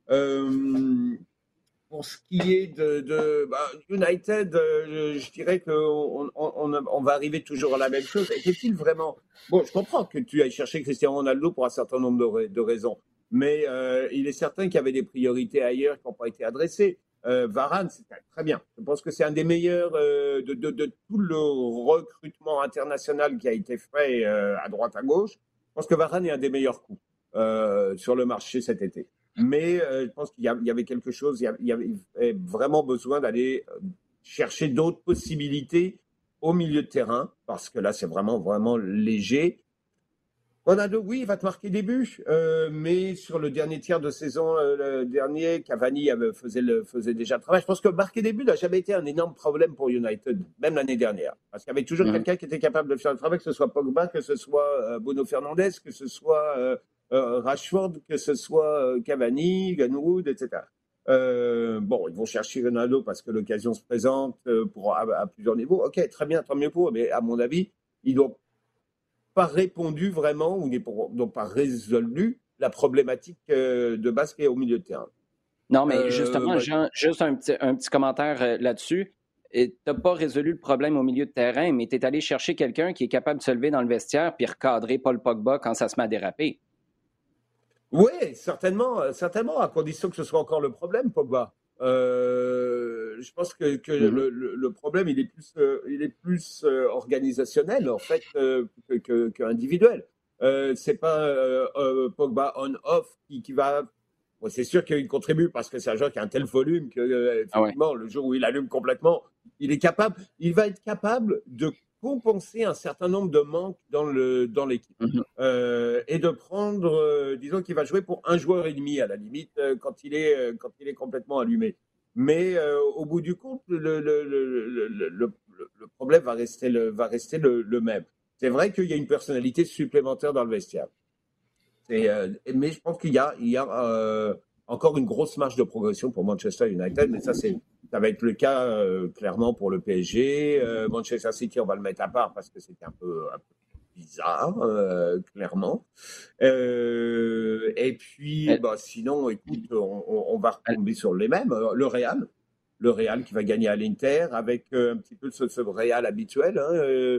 Euh, pour ce qui est de, de bah, United, euh, je dirais qu'on on, on, on va arriver toujours à la même chose. Était-il vraiment... Bon, je comprends que tu ailles chercher Cristiano Ronaldo pour un certain nombre de, de raisons, mais euh, il est certain qu'il y avait des priorités ailleurs qui n'ont pas été adressées. Euh, Varane, c'est très bien. Je pense que c'est un des meilleurs euh, de, de, de tout le recrutement international qui a été fait euh, à droite à gauche. Je pense que Varane est un des meilleurs coups euh, sur le marché cet été. Mais euh, je pense qu'il y, a, il y avait quelque chose, il y avait, il y avait vraiment besoin d'aller chercher d'autres possibilités au milieu de terrain, parce que là, c'est vraiment, vraiment léger. Ronaldo, oui, il va te marquer des buts, euh, mais sur le dernier tiers de saison, euh, le dernier, Cavani avait, faisait, le, faisait déjà le travail. Je pense que marquer des buts n'a jamais été un énorme problème pour United, même l'année dernière. Parce qu'il y avait toujours mmh. quelqu'un qui était capable de faire le travail, que ce soit Pogba, que ce soit euh, Bruno Fernandes, que ce soit euh, euh, Rashford, que ce soit euh, Cavani, Greenwood, et cetera. Euh, bon, ils vont chercher Ronaldo parce que l'occasion se présente euh, pour, à, à plusieurs niveaux. Ok, très bien, tant mieux pour eux, mais à mon avis, ils doivent pas répondu vraiment ou n'ont pas résolu la problématique euh, de base qui est au milieu de terrain. Non, mais justement, euh, Jean, juste un petit, un petit commentaire euh, là-dessus. Tu n'as pas résolu le problème au milieu de terrain, mais tu es allé chercher quelqu'un qui est capable de se lever dans le vestiaire puis recadrer Paul Pogba quand ça se met à déraper. Oui, certainement, certainement, à condition que ce soit encore le problème, Pogba. Euh, je pense que, que mm-hmm. le, le, le problème, il est plus, euh, il est plus euh, organisationnel, en fait, euh, que, que, qu'individuel. Euh, c'est pas euh, euh, Pogba on-off qui, qui va... Bon, c'est sûr qu'il contribue parce que c'est un joueur qui a un tel volume que, euh, effectivement, ah ouais. le jour où il allume complètement, il est capable, il va être capable de compenser un certain nombre de manques dans, le, dans l'équipe. Mm-hmm. Euh, et de prendre, euh, disons qu'il va jouer pour un joueur et demi à la limite euh, quand, il est, euh, quand il est complètement allumé. Mais euh, au bout du compte, le, le, le, le, le, le, le problème va rester, le, va rester le, le même. C'est vrai qu'il y a une personnalité supplémentaire dans le vestiaire. C'est, euh, mais je pense qu'il y a, il y a euh, encore une grosse marge de progression pour Manchester United, mais ça, c'est, ça va être le cas euh, clairement pour le P S G. Euh, Manchester City, on va le mettre à part parce que c'était un peu, un peu bizarre, euh, clairement. Euh, et puis, Elle... bah, sinon, écoute, on, on va retomber sur les mêmes. Le Real, le Real qui va gagner à l'Inter avec euh, un petit peu ce, ce Real habituel. Hein, euh,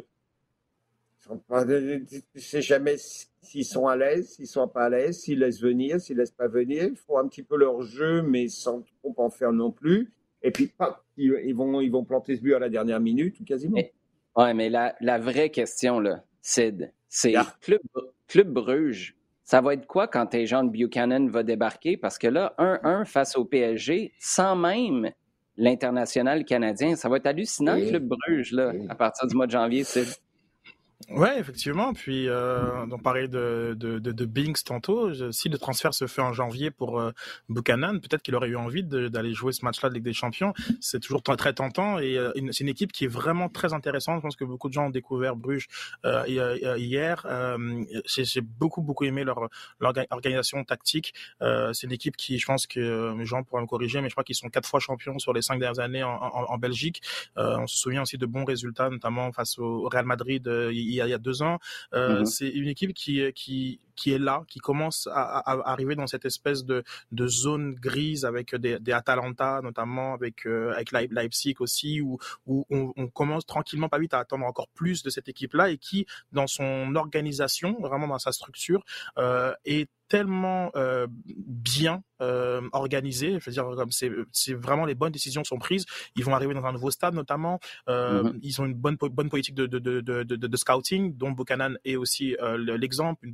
je ne sais jamais s'ils sont à l'aise, s'ils ne sont pas à l'aise, s'ils laissent venir, s'ils ne laissent pas venir. Ils font un petit peu leur jeu, mais sans trop en faire non plus. Et puis, pas, ils, ils, vont, ils vont planter ce but à la dernière minute, ou quasiment. Oui, mais la, la vraie question, là, Sid, c'est ah. Club, Club Bruges, ça va être quoi quand Tajon Buchanan va débarquer? Parce que là, un un face au P S G, sans même l'international canadien, ça va être hallucinant, oui. Club Bruges, là, oui. à partir du mois de janvier, Sid. Ouais, effectivement. Puis, euh, on parlait de, de, de, de Binks tantôt. Si le transfert se fait en janvier pour euh, Buchanan, peut-être qu'il aurait eu envie de, d'aller jouer ce match-là de Ligue des Champions. C'est toujours très, très tentant et euh, une, c'est une équipe qui est vraiment très intéressante. Je pense que beaucoup de gens ont découvert Bruges euh, hier. Euh, j'ai, j'ai beaucoup, beaucoup aimé leur, leur organisation tactique. Euh, c'est une équipe qui, je pense que euh, les gens pourraient me corriger, mais je crois qu'ils sont quatre fois champions sur les cinq dernières années en, en, en Belgique. Euh, on se souvient aussi de bons résultats, notamment face au Real Madrid euh, il y a, il y a deux ans. Euh, mm-hmm. C'est une équipe qui, qui, qui est là, qui commence à, à arriver dans cette espèce de, de zone grise avec des, des Atalanta, notamment avec, euh, avec Leipzig aussi, où, où on, on commence tranquillement, pas vite, à attendre encore plus de cette équipe-là et qui, dans son organisation, vraiment dans sa structure, euh, est tellement euh, bien euh, organisé, je veux dire, comme c'est, c'est vraiment les bonnes décisions sont prises. Ils vont arriver dans un nouveau stade, notamment. Euh, mm-hmm. Ils ont une bonne bonne politique de de de de, de, de scouting, dont Buchanan est aussi euh, l'exemple, une bonne politique de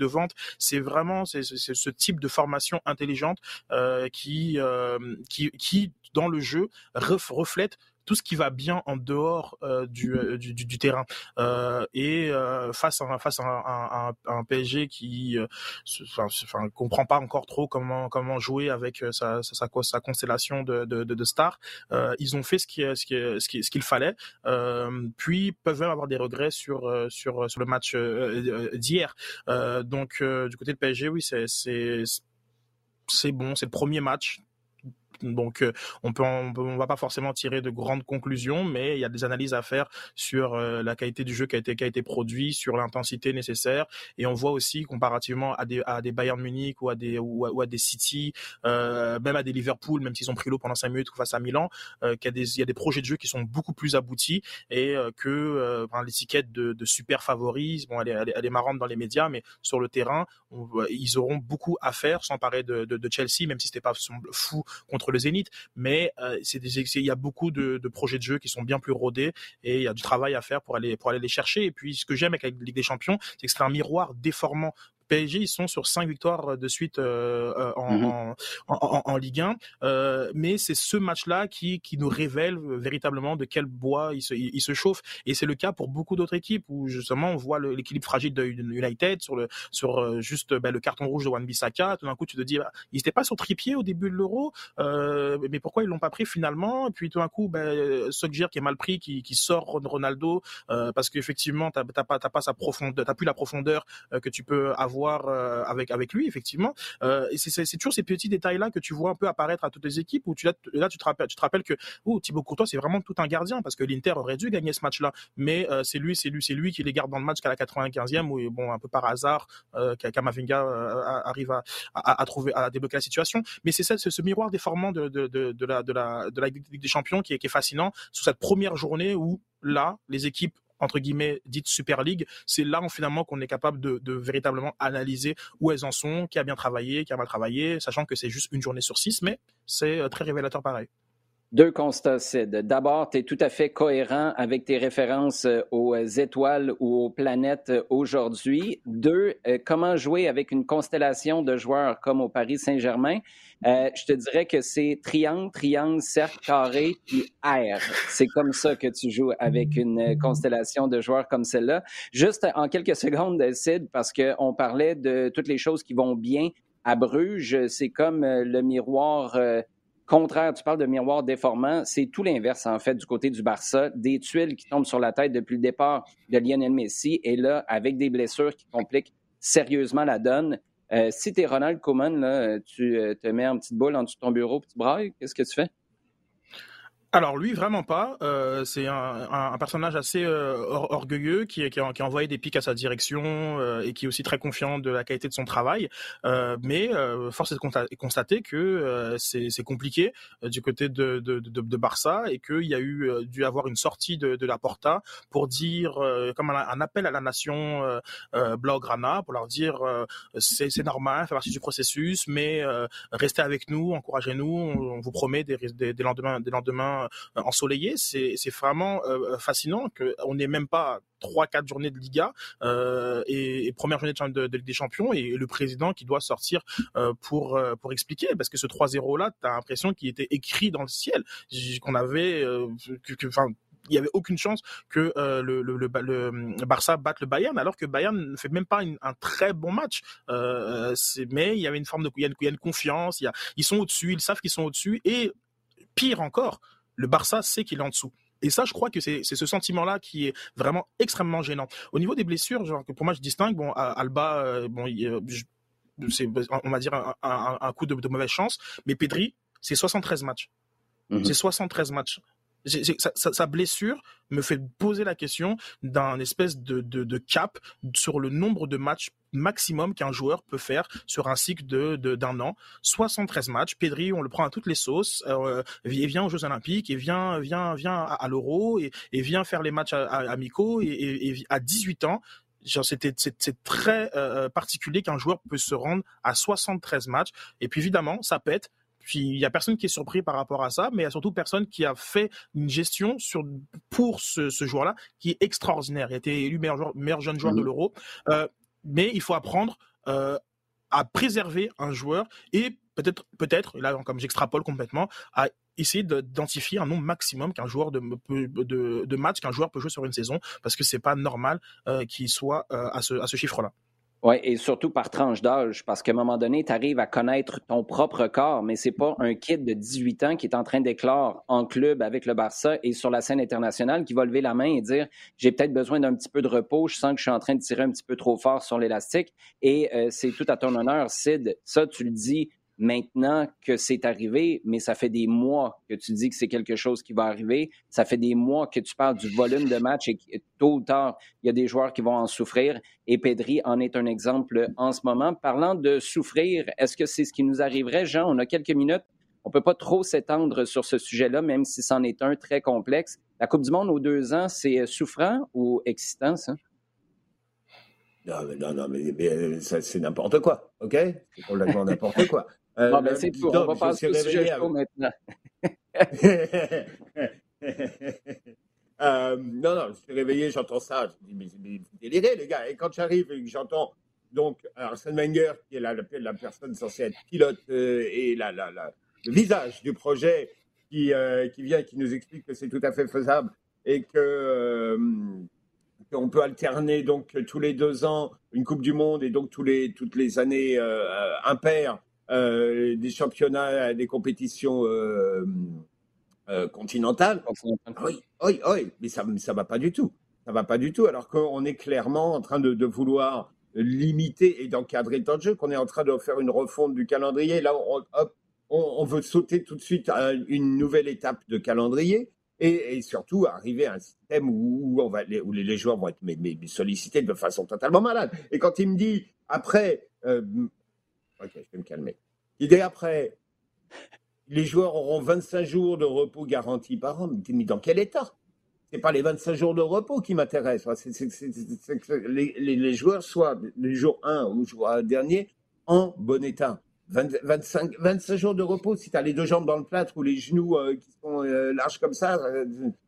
de vente. C'est vraiment c'est, c'est ce type de formation intelligente euh, qui, euh, qui, qui, dans le jeu, ref, reflète tout ce qui va bien en dehors euh, du, du, du, du terrain. Euh, et euh, face à, face à un, un, un P S G qui euh, enfin, comprend pas encore trop comment, comment jouer avec sa, sa, sa constellation de, de, de, de stars, euh, ils ont fait ce qu'il ce qui, ce qui, ce qu'il fallait, euh, puis peuvent même avoir des regrets sur, sur, sur le match euh, d'hier. Euh, donc, euh, du côté de P S G, oui, c'est, c'est, c'est bon, c'est le premier match. Donc, euh, on peut, on, on va pas forcément tirer de grandes conclusions, mais il y a des analyses à faire sur euh, la qualité du jeu qui a été, qui a été produit, sur l'intensité nécessaire. Et on voit aussi, comparativement à des, à des Bayern Munich ou à des, ou à, ou à des City, euh, même à des Liverpool, même s'ils ont pris l'eau pendant cinq minutes face à Milan, euh, qu'il y a des, il y a des projets de jeu qui sont beaucoup plus aboutis et euh, que euh, enfin, l'étiquette de, de super favoris, bon, elle est, elle est, elle est marrante dans les médias, mais sur le terrain, on, ils auront beaucoup à faire, sans parler de, de, de Chelsea, même si c'était pas fou contre le Zénith, mais euh, c'est des, c'est, il y a beaucoup de, de projets de jeu qui sont bien plus rodés et il y a du travail à faire pour aller pour aller les chercher. Et puis ce que j'aime avec la Ligue des Champions, c'est que c'est un miroir déformant. P S G, ils sont sur cinq victoires de suite euh, en, mmh. en, en, en Ligue un, euh, mais c'est ce match-là qui, qui nous révèle véritablement de quel bois il se, il, il se chauffe. Et c'est le cas pour beaucoup d'autres équipes où justement on voit le, l'équilibre fragile de United sur le sur euh, juste ben, le carton rouge de Wan-Bissaka. Tout d'un coup, tu te dis, bah, ils n'étaient pas sur Trippier au début de l'Euro, euh, mais pourquoi ils l'ont pas pris finalement? Et puis tout d'un coup, ben, Solskjaer qui est mal pris, qui, qui sort Ronaldo euh, parce qu'effectivement, t'as, t'as pas t'as pas sa profondeur, t'as plus la profondeur euh, que tu peux avoir avec avec lui effectivement, euh, et c'est, c'est c'est toujours ces petits détails là que tu vois un peu apparaître à toutes les équipes où tu là, là tu te rappelles tu te rappelles que oh, Thibaut Courtois c'est vraiment tout un gardien parce que l'Inter aurait dû gagner ce match là, mais euh, c'est lui c'est lui c'est lui qui les garde dans le match qu'à la quatre-vingt-quinzième où bon un peu par hasard euh, Camavinga euh, arrive à, à à trouver à débloquer la situation, mais c'est ça c'est ce miroir déformant de de de, de la de la de la Ligue des Champions qui est qui est fascinant sur cette première journée où là les équipes entre guillemets dites Super League, c'est là finalement qu'on est capable de, de véritablement analyser où elles en sont, qui a bien travaillé, qui a mal travaillé, sachant que c'est juste une journée sur six, mais c'est très révélateur pareil. Deux constats, Sid. D'abord, tu es tout à fait cohérent avec tes références aux étoiles ou aux planètes aujourd'hui. Deux, euh, comment jouer avec une constellation de joueurs comme au Paris Saint-Germain? Euh, je te dirais que c'est triangle, triangle, cercle, carré, puis R. C'est comme ça que tu joues avec une constellation de joueurs comme celle-là. Juste en quelques secondes, Sid, parce qu'on parlait de toutes les choses qui vont bien à Bruges. C'est comme le miroir... Euh, contraire, tu parles de miroir déformant, c'est tout l'inverse en fait du côté du Barça, des tuiles qui tombent sur la tête depuis le départ de Lionel Messi et là, avec des blessures qui compliquent sérieusement la donne. Euh, si tu es Ronald Koeman, là, tu te mets en petite boule en dessous de ton bureau et tu brailles, qu'est-ce que tu fais? Alors lui vraiment pas, euh, c'est un, un, un personnage assez euh, or, orgueilleux qui, qui, a, qui a envoyé des pics à sa direction euh, et qui est aussi très confiant de la qualité de son travail, euh, mais euh, force est de constater que euh, c'est, c'est compliqué euh, du côté de, de, de, de Barça et qu'il y a eu euh, dû avoir une sortie de, de Laporta pour dire euh, comme un, un appel à la nation euh, euh, Blaugrana pour leur dire euh, c'est, c'est normal, fait partie du processus, mais euh, restez avec nous, encouragez-nous, on, on vous promet des, des, des lendemains, des lendemains ensoleillé, c'est, c'est vraiment euh, fascinant qu'on n'ait même pas trois quatre journées de Liga euh, et, et première journée de, de, de Ligue des Champions et le président qui doit sortir euh, pour euh, pour expliquer parce que ce trois zéro là, t'as l'impression qu'il était écrit dans le ciel, qu'on avait euh, que, que, enfin il y avait aucune chance que euh, le, le, le, le Barça batte le Bayern, alors que Bayern ne fait même pas une, un très bon match. Euh, c'est, mais il y avait une forme de, il y a une, il y a une confiance, il y a, ils sont au-dessus, ils savent qu'ils sont au-dessus et pire encore, le Barça sait qu'il est en dessous. Et ça, je crois que c'est, c'est ce sentiment-là qui est vraiment extrêmement gênant. Au niveau des blessures, genre, pour moi, je distingue, bon, Alba, euh, bon, il, je, c'est, on va dire, un, un, un coup de, de mauvaise chance, mais Pedri, c'est soixante-treize matchs. Mm-hmm. C'est soixante-treize matchs. C'est, c'est, sa, sa, sa blessure me fait poser la question d'un espèce de, de, de cap sur le nombre de matchs maximum qu'un joueur peut faire sur un cycle de, de, d'un an. soixante-treize matchs. Pedri, on le prend à toutes les sauces. Euh, il vient aux Jeux Olympiques et vient, vient, vient à, à l'Euro et, et vient faire les matchs à, à, amicaux et, et, et à dix-huit ans. Genre c'était c'est, c'est très euh, particulier qu'un joueur peut se rendre à soixante-treize matchs. Et puis évidemment, ça pète. Puis il y a personne qui est surpris par rapport à ça, mais il y a surtout personne qui a fait une gestion sur pour ce, ce joueur-là qui est extraordinaire. Il a été élu meilleur, joueur, meilleur jeune joueur mmh. de l'Euro. Euh, mais il faut apprendre euh, à préserver un joueur et peut-être, peut-être, là comme j'extrapole complètement, à essayer d'identifier un nombre maximum qu'un joueur de, de, de matchs qu'un joueur peut jouer sur une saison, parce que c'est pas normal euh, qu'il soit euh, à ce, à ce chiffre-là. Oui, et surtout par tranche d'âge, parce qu'à un moment donné, tu arrives à connaître ton propre corps, mais c'est pas un kid de dix-huit ans qui est en train d'éclore en club avec le Barça et sur la scène internationale qui va lever la main et dire « j'ai peut-être besoin d'un petit peu de repos, je sens que je suis en train de tirer un petit peu trop fort sur l'élastique ». Et euh, c'est tout à ton honneur, Sid. Ça, tu le dis maintenant que c'est arrivé, mais ça fait des mois que tu dis que c'est quelque chose qui va arriver. Ça fait des mois que tu parles du volume de match et que, tôt ou tard, il y a des joueurs qui vont en souffrir. Et Pedri en est un exemple en ce moment. Parlant de souffrir, est-ce que c'est ce qui nous arriverait, Jean? On a quelques minutes. On ne peut pas trop s'étendre sur ce sujet-là, même si c'en est un très complexe. La Coupe du Monde aux deux ans, c'est souffrant ou excitant, ça? Non, mais, non, non, mais, mais ça, c'est n'importe quoi, OK? C'est complètement n'importe quoi. Euh, bon, ben c'est tout. On va passer au sujet chaud maintenant. euh, non, non, je suis réveillé, j'entends ça. Je dis, mais, mais vous délirez, les gars. Et quand j'arrive et que j'entends donc Arsène Wenger, qui est la, la, la personne censée être pilote euh, et la, la, la, le visage du projet, qui, euh, qui vient et qui nous explique que c'est tout à fait faisable et que... Euh, on peut alterner donc tous les deux ans une Coupe du Monde et donc tous les, toutes les années euh, impaires euh, des championnats, des compétitions euh, euh, continentales. Oui, oui, oui, mais ça ne va pas du tout. Ça va pas du tout, alors qu'on est clairement en train de, de vouloir limiter et d'encadrer le temps de jeu, qu'on est en train de faire une refonte du calendrier. Là, on, hop, on, on veut sauter tout de suite à une nouvelle étape de calendrier. Et, et surtout, arriver à un système où, on va, où les, les joueurs vont être mais, mais sollicités de façon totalement malade. Et quand il me dit, après... Euh, ok, je vais me calmer. Il dit, après, les joueurs auront vingt-cinq jours de repos garantis par an. Mais dans quel état? Ce n'est pas les vingt-cinq jours de repos qui m'intéressent. C'est, c'est, c'est, c'est que les, les, les joueurs soient, les jours un ou le jour dernier, en bon état. vingt, vingt-cinq, vingt-cinq jours de repos, si tu as les deux jambes dans le plâtre ou les genoux euh, qui sont euh, larges comme ça, euh,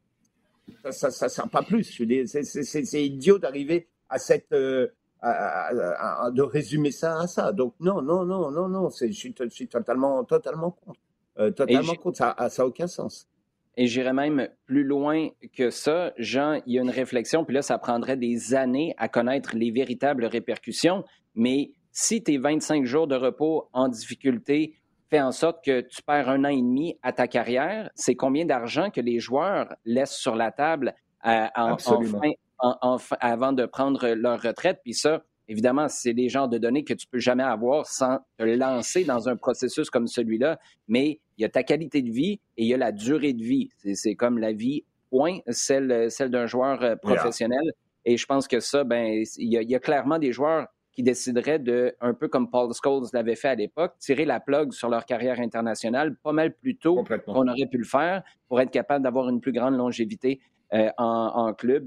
ça ne sert pas plus. Je dis, c'est, c'est, c'est, c'est idiot d'arriver à cette... Euh, à, à, à, de résumer ça à ça. Donc non, non, non, non, non, c'est, je, suis, je suis totalement, totalement contre. Euh, totalement contre, ça n'a aucun sens. Et j'irais même plus loin que ça. Jean, il y a une réflexion, puis là, ça prendrait des années à connaître les véritables répercussions, mais si tes vingt-cinq jours de repos en difficulté fait en sorte que tu perds un an et demi à ta carrière, c'est combien d'argent que les joueurs laissent sur la table euh, en, enfin, en, en, avant de prendre leur retraite? Puis ça, évidemment, c'est des genres de données que tu ne peux jamais avoir sans te lancer dans un processus comme celui-là, mais il y a ta qualité de vie et il y a la durée de vie. C'est, c'est comme la vie, point, celle, celle d'un joueur professionnel. Yeah. Et je pense que ça, ben, il y a, il y a clairement des joueurs qui décideraient de, un peu comme Paul Scholes l'avait fait à l'époque, tirer la plug sur leur carrière internationale pas mal plus tôt qu'on aurait pu le faire pour être capable d'avoir une plus grande longévité euh, en, en club.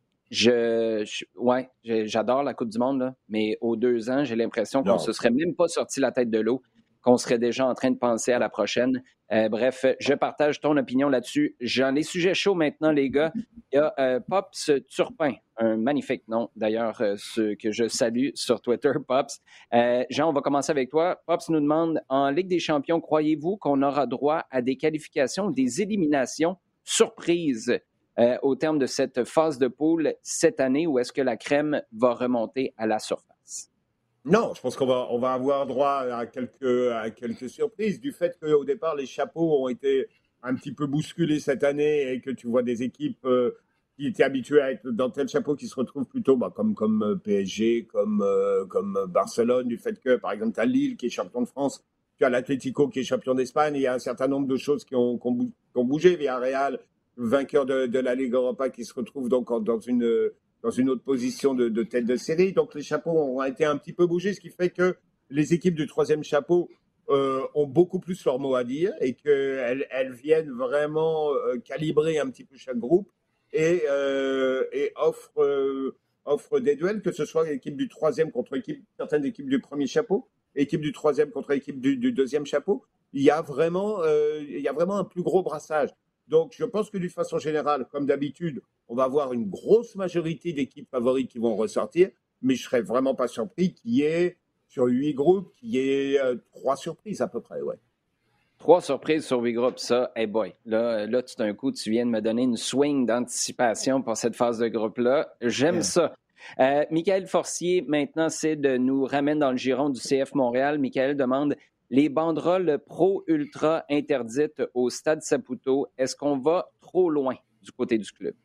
Je, je ouais, j'adore la Coupe du Monde, là, mais aux deux ans, j'ai l'impression qu'on ne se serait même pas sorti la tête de l'eau, qu'on serait déjà en train de penser à la prochaine. Euh, bref, je partage ton opinion là-dessus. J'en ai sujets chauds maintenant, les gars. Il y a euh, Pops Turpin, un magnifique nom, d'ailleurs, euh, ce que je salue sur Twitter, Pops. Euh, Jean, on va commencer avec toi. Pops nous demande, en Ligue des champions, croyez-vous qu'on aura droit à des qualifications, des éliminations surprises Euh, au terme de cette phase de poule cette année, ou est-ce que la crème va remonter à la surface? Non, je pense qu'on va, on va avoir droit à quelques, à quelques surprises du fait qu'au départ, les chapeaux ont été un petit peu bousculés cette année et que tu vois des équipes euh, qui étaient habituées à être dans tel chapeau qui se retrouvent plutôt bah, comme, comme P S G, comme, euh, comme Barcelone, du fait que, par exemple, tu as Lille qui est champion de France, tu as l'Atlético qui est champion d'Espagne, il y a un certain nombre de choses qui ont, qui ont, qui ont bougé, Villarreal, vainqueur de, de la Ligue Europa qui se retrouve donc en, dans, une, dans une autre position de, de tête de série. Donc les chapeaux ont été un petit peu bougés, ce qui fait que les équipes du troisième chapeau euh, ont beaucoup plus leur mot à dire et qu'elles elles viennent vraiment euh, calibrer un petit peu chaque groupe et, euh, et offrent, euh, offrent des duels, que ce soit l'équipe du troisième contre équipe, certaines équipes du premier chapeau, équipe du troisième contre équipe du, du deuxième chapeau. Il y a vraiment, euh, il y a vraiment un plus gros brassage. Donc, je pense que d'une façon générale, comme d'habitude, on va avoir une grosse majorité d'équipes favorites qui vont ressortir, mais je ne serais vraiment pas surpris qu'il y ait sur huit groupes, qu'il y ait euh, trois surprises à peu près, ouais. Trois surprises sur huit groupes, ça, hey boy. Là, là, tout d'un coup, tu viens de me donner une swing d'anticipation pour cette phase de groupe-là. J'aime yeah. ça. Euh, Michael Forcier, maintenant, c'est de nous ramène dans le giron du C F Montréal. Michael demande les banderoles pro-ultra interdites au Stade Saputo. Est-ce qu'on va trop loin du côté du club?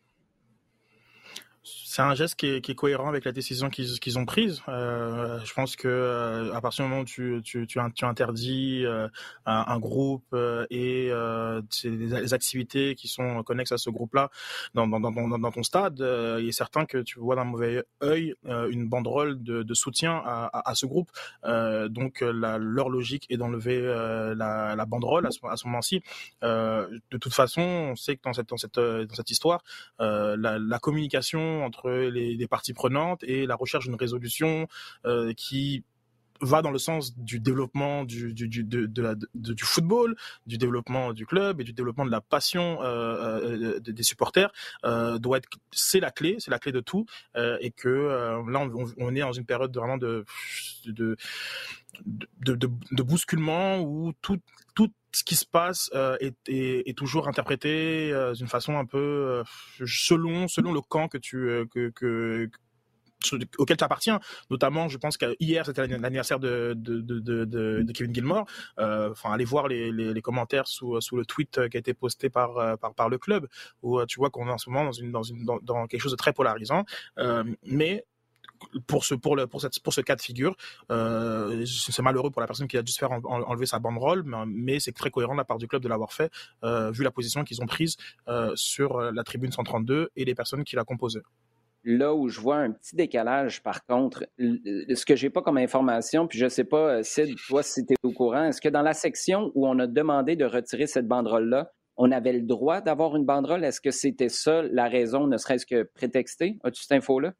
C'est un geste qui est, qui est cohérent avec la décision qu'ils, qu'ils ont prise. Euh, je pense que euh, à partir du moment où tu, tu, tu, tu interdis euh, un, un groupe euh, et euh, les activités qui sont connexes à ce groupe-là dans, dans, dans, dans ton stade, euh, il est certain que tu vois d'un mauvais œil euh, une banderole de, de soutien à, à, à ce groupe. Euh, donc la, leur logique est d'enlever euh, la, la banderole à ce, à ce moment-ci. Euh, de toute façon, on sait que dans cette, dans cette, dans cette histoire, euh, la, la communication entre les, les parties prenantes et la recherche d'une résolution euh, qui va dans le sens du développement du, du, du, de, de la, de, du football, du développement du club et du développement de la passion euh, euh, des supporters, euh, doit être, c'est la clé, c'est la clé de tout, euh, et que euh, là on, on est dans une période de, vraiment de de, de, de, de bousculement où tout, tout ce qui se passe euh, est, est, est toujours interprété euh, d'une façon un peu euh, selon selon le camp que tu euh, que, que auquel tu appartiens. Notamment, je pense qu'hier c'était l'anniversaire de de de de, de Kevin Gilmore. Euh, enfin, allez voir les, les les commentaires sous sous le tweet qui a été posté par par par le club, où tu vois qu'on est en ce moment dans une dans une dans, dans quelque chose de très polarisant. Euh, mais pour ce pour le pour cette pour ce cas de figure, euh, c'est malheureux pour la personne qui a dû se faire en, en, enlever sa banderole, mais, mais c'est très cohérent de la part du club de l'avoir fait, euh, vu la position qu'ils ont prise euh, sur la tribune cent trente-deux et les personnes qui la composaient. Là où je vois un petit décalage, par contre, ce que j'ai pas comme information, puis je sais pas, Sid, toi, si tu es au courant, est-ce que dans la section où on a demandé de retirer cette banderole-là, on avait le droit d'avoir une banderole? Est-ce que c'était ça la raison, ne serait-ce que prétextée? As-tu cette info-là?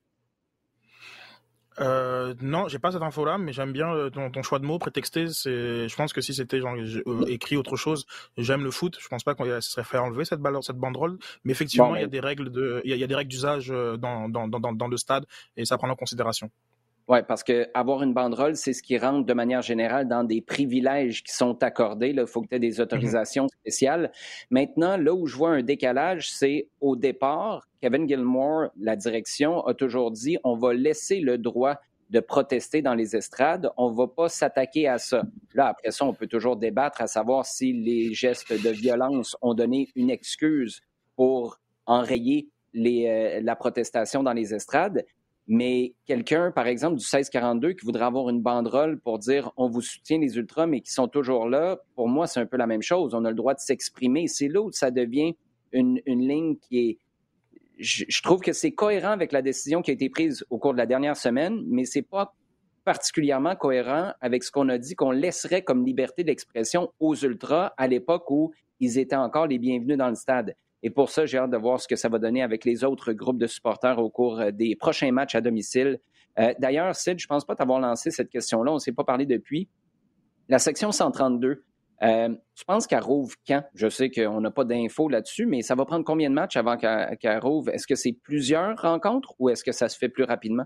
Euh, non, j'ai pas cette info-là, mais j'aime bien euh, ton, ton choix de mots prétexté. C'est, je pense que si c'était genre euh, écrit autre chose, j'aime le foot. Je pense pas qu'on se serait fait enlever cette balle, cette banderole. Mais effectivement, bon, mais... il y a des règles de, il y a, il y a des règles d'usage dans, dans, dans, dans le stade et ça prend en considération. Oui, parce qu'avoir une banderole, c'est ce qui rentre de manière générale dans des privilèges qui sont accordés. Il faut que tu aies des autorisations mm-hmm. spéciales. Maintenant, là où je vois un décalage, c'est au départ, Kevin Gilmore, la direction, a toujours dit on va laisser le droit de protester dans les estrades, on ne va pas s'attaquer à ça. Là, après ça, on peut toujours débattre à savoir si les gestes de violence ont donné une excuse pour enrayer les, euh, la protestation dans les estrades. Mais quelqu'un, par exemple, du seize quarante-deux qui voudrait avoir une banderole pour dire « on vous soutient les ultras », mais qui sont toujours là, pour moi, c'est un peu la même chose. On a le droit de s'exprimer. C'est là où ça devient une, une ligne qui est... Je, je trouve que c'est cohérent avec la décision qui a été prise au cours de la dernière semaine, mais c'est pas particulièrement cohérent avec ce qu'on a dit qu'on laisserait comme liberté d'expression aux ultras à l'époque où ils étaient encore les bienvenus dans le stade. Et pour ça, j'ai hâte de voir ce que ça va donner avec les autres groupes de supporters au cours des prochains matchs à domicile. Euh, d'ailleurs, Sid, je ne pense pas t'avoir lancé cette question-là. On ne s'est pas parlé depuis. La section cent trente-deux, euh, tu penses qu'elle rouvre quand? Je sais qu'on n'a pas d'infos là-dessus, mais ça va prendre combien de matchs avant qu'elle, qu'elle rouvre? Est-ce que c'est plusieurs rencontres ou est-ce que ça se fait plus rapidement?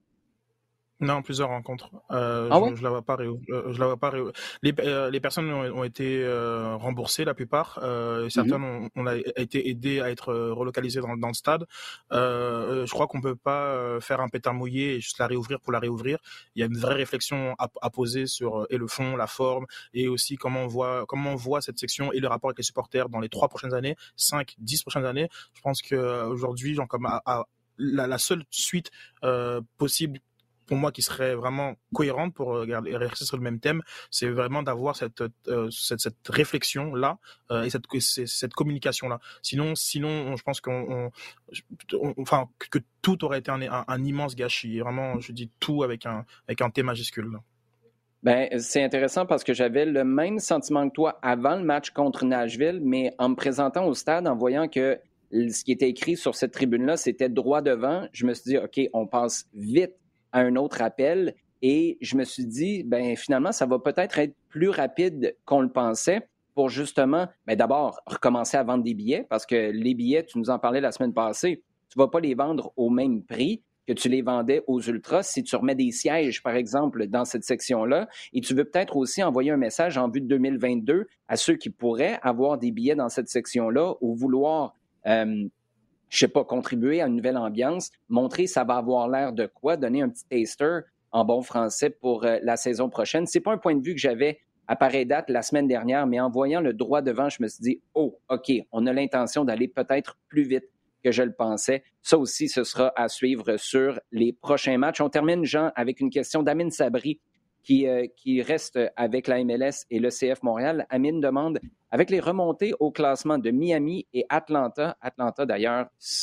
Non, plusieurs rencontres. Euh, ah je, ouais? je la vois pas réouvrir. Euh, je la vois pas réouvrir. Les, euh, les personnes ont, ont été euh, remboursées, la plupart. Euh, certaines mm-hmm. ont, ont été aidées à être relocalisées dans, dans le stade. Euh, je crois qu'on peut pas faire un pétard mouillé et juste la réouvrir pour la réouvrir. Il y a une vraie réflexion à, à poser sur et le fond, la forme, et aussi comment on voit comment on voit cette section et le rapport avec les supporters dans les trois prochaines années, cinq, dix prochaines années. Je pense qu'aujourd'hui, genre comme à, à, la, la seule suite euh, possible pour moi, qui serait vraiment cohérente pour regarder, rester sur le même thème, c'est vraiment d'avoir cette, euh, cette, cette réflexion-là euh, et cette, cette communication-là. Sinon, sinon, je pense qu'on, on, on, enfin, que, que tout aurait été un, un, un immense gâchis. Vraiment, je dis tout avec un, avec un T majuscule. Là. Ben, c'est intéressant parce que j'avais le même sentiment que toi avant le match contre Nashville, mais en me présentant au stade, en voyant que ce qui était écrit sur cette tribune-là, c'était droit devant, je me suis dit, OK, on passe vite à un autre appel et je me suis dit, ben finalement, ça va peut-être être plus rapide qu'on le pensait pour justement, ben d'abord, recommencer à vendre des billets parce que les billets, tu nous en parlais la semaine passée, tu ne vas pas les vendre au même prix. que tu les vendais aux Ultras, si tu remets des sièges, par exemple, dans cette section-là, et tu veux peut-être aussi envoyer un message en vue de deux mille vingt-deux à ceux qui pourraient avoir des billets dans cette section-là ou vouloir, euh, je sais pas, contribuer à une nouvelle ambiance, montrer ça va avoir l'air de quoi, donner un petit taster en bon français pour euh, la saison prochaine. C'est pas un point de vue que j'avais à pareille date la semaine dernière, mais en voyant le droit devant, je me suis dit, oh, OK, on a l'intention d'aller peut-être plus vite que je le pensais. Ça aussi, ce sera à suivre sur les prochains matchs. On termine, Jean, avec une question d'Amine Sabri qui, euh, qui reste avec la M L S et le C F Montréal. Amine demande, avec les remontées au classement de Miami et Atlanta, Atlanta d'ailleurs,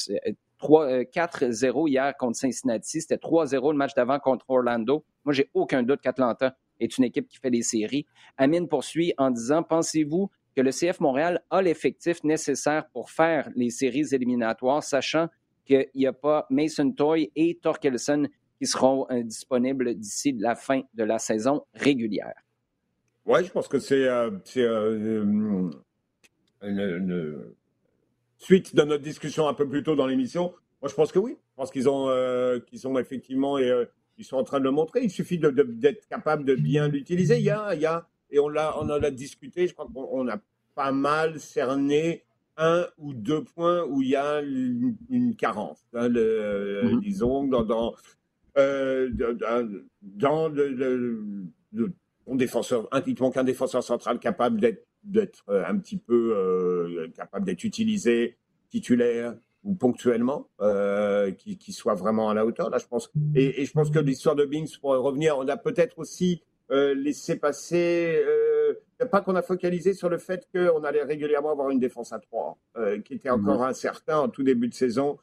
quatre zéro hier contre Cincinnati, c'était trois zéro le match d'avant contre Orlando. Moi, j'ai aucun doute qu'Atlanta est une équipe qui fait les séries. Amine poursuit en disant, pensez-vous que le C F Montréal a l'effectif nécessaire pour faire les séries éliminatoires, sachant qu'il n'y a pas Mason Toye et Torkelson qui seront euh, disponibles d'ici la fin de la saison régulière? Oui, je pense que c'est, euh, c'est euh, une, une suite de notre discussion un peu plus tôt dans l'émission. Moi, je pense que oui. Je pense qu'ils ont, euh, qu'ils ont effectivement... Et, euh, ils sont en train de le montrer. Il suffit de, de, d'être capable de bien l'utiliser. Il y a, il y a et on, l'a, on en a discuté, je crois qu'on on a pas mal cerné un ou deux points où il y a une, une carence. Hein, le, mm-hmm. Disons, dans, dans, euh, dans le, le, le, le défenseur, il manque un défenseur central capable d'être, d'être un petit peu euh, capable d'être utilisé, titulaire, ou ponctuellement, euh, qui, qui soit vraiment à la hauteur. Là, je pense, et, et je pense que l'histoire de Binks, pour revenir, on a peut-être aussi euh, laissé passer, euh, pas qu'on a focalisé sur le fait qu'on allait régulièrement avoir une défense à trois, euh, qui était encore mmh. incertain en tout début de saison,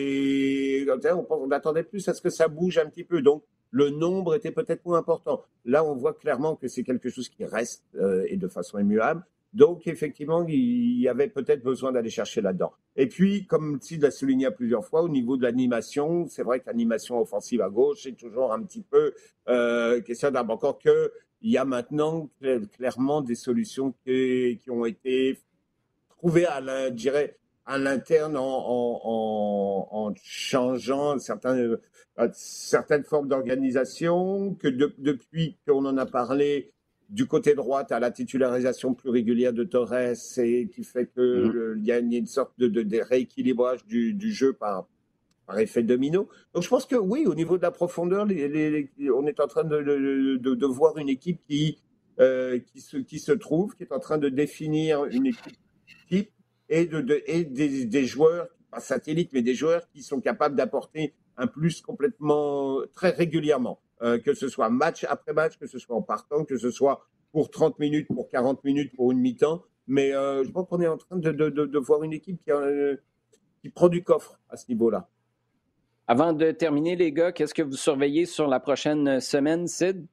et on, on attendait plus à ce que ça bouge un petit peu, donc le nombre était peut-être moins important. Là, on voit clairement que c'est quelque chose qui reste, euh, et de façon immuable. Donc, effectivement, il y avait peut-être besoin d'aller chercher là-dedans. Et puis, comme Sid l'a souligné à plusieurs fois, au niveau de l'animation, c'est vrai que l'animation offensive à gauche, c'est toujours un petit peu euh, question d'arbre. Encore que, il y a maintenant clairement des solutions qui, qui ont été trouvées à, la, je dirais, à l'interne en, en, en, en changeant certains, euh, certaines formes d'organisation, que de, depuis qu'on en a parlé, du côté droit, à la titularisation plus régulière de Torres, et qui fait qu'il mmh. y a une, une sorte de, de, de rééquilibrage du, du jeu par, par effet domino. Donc je pense que oui, au niveau de la profondeur, les, les, les, on est en train de, de, de, de voir une équipe qui, euh, qui, se, qui se trouve, qui est en train de définir une équipe type et, de, de, et des, des joueurs, pas satellites, mais des joueurs qui sont capables d'apporter un plus complètement, très régulièrement. Euh, que ce soit match après match, que ce soit en partant, que ce soit pour trente minutes, pour quarante minutes, pour une mi-temps. Mais euh, je pense qu'on est en train de, de, de, de voir une équipe qui, euh, qui prend du coffre à ce niveau-là. Avant de terminer, les gars, qu'est-ce que vous surveillez sur la prochaine semaine, Sid?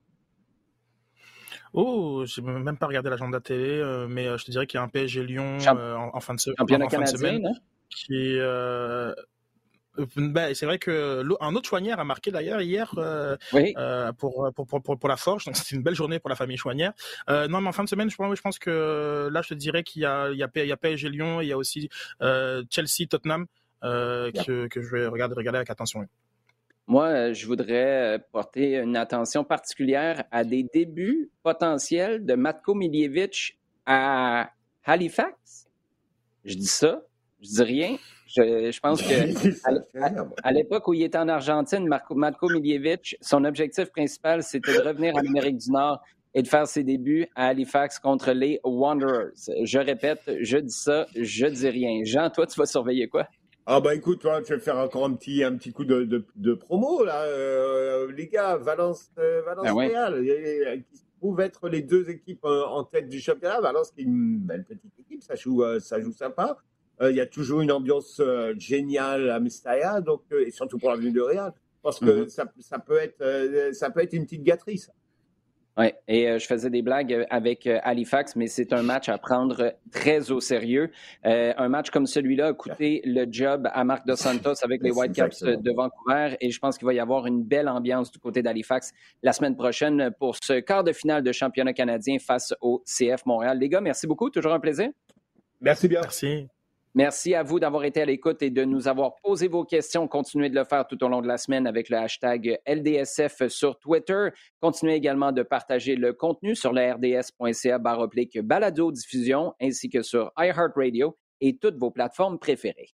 Oh, je n'ai même pas regardé l'agenda télé, euh, mais euh, je te dirais qu'il y a un P S G Lyon Champ- euh, en, en fin de, se- Championnat en, en fin de canadien, semaine. Non? Qui est... Euh... Ben, c'est vrai que un autre Chouanière a marqué d'ailleurs hier euh, oui. euh, pour, pour, pour, pour la Forge, donc c'est une belle journée pour la famille Chouanière. Euh, non, mais en fin de semaine, je pense, je pense que là, je te dirais qu'il y a, il y a, il y a P S G Lyon, il y a aussi euh, Chelsea-Tottenham euh, yeah. que, que je vais regarder, regarder avec attention. Moi, je voudrais porter une attention particulière à des débuts potentiels de Matko Miljevic à Halifax. Je dis ça, je dis rien. Je, je pense que à, à l'époque où il était en Argentine, Marco, Matko Miljevic, son objectif principal, c'était de revenir en Amérique du Nord et de faire ses débuts à Halifax contre les Wanderers. Je répète, je dis ça, je dis rien. Jean, toi, tu vas surveiller quoi? Ah bah écoute, toi, tu vas faire encore un petit, un petit coup de, de, de promo, là. Euh, les gars, Valence, euh, Valence ben ouais. Real, qui se trouvent être les deux équipes euh, en tête du championnat. Valence, qui est une belle petite équipe, ça joue, euh, ça joue sympa. Il euh, y a toujours une ambiance euh, géniale à Mestalla, donc, euh, et surtout pour l'avenue de Real. Parce que mm-hmm. ça, ça, peut être, euh, ça peut être une petite gâterie, ça. Oui, et euh, je faisais des blagues avec euh, Halifax, mais c'est un match à prendre très au sérieux. Euh, un match comme celui-là a coûté le job à Marc Dos Santos avec les Whitecaps de Vancouver, et je pense qu'il va y avoir une belle ambiance du côté d'Halifax la semaine prochaine pour ce quart de finale de championnat canadien face au C F Montréal. Les gars, merci beaucoup, toujours un plaisir. Merci bien. Merci. Merci à vous d'avoir été à l'écoute et de nous avoir posé vos questions. Continuez de le faire tout au long de la semaine avec le hashtag L D S F sur Twitter. Continuez également de partager le contenu sur le r d s point c a barre oblique balado diffusion ainsi que sur iHeartRadio et toutes vos plateformes préférées.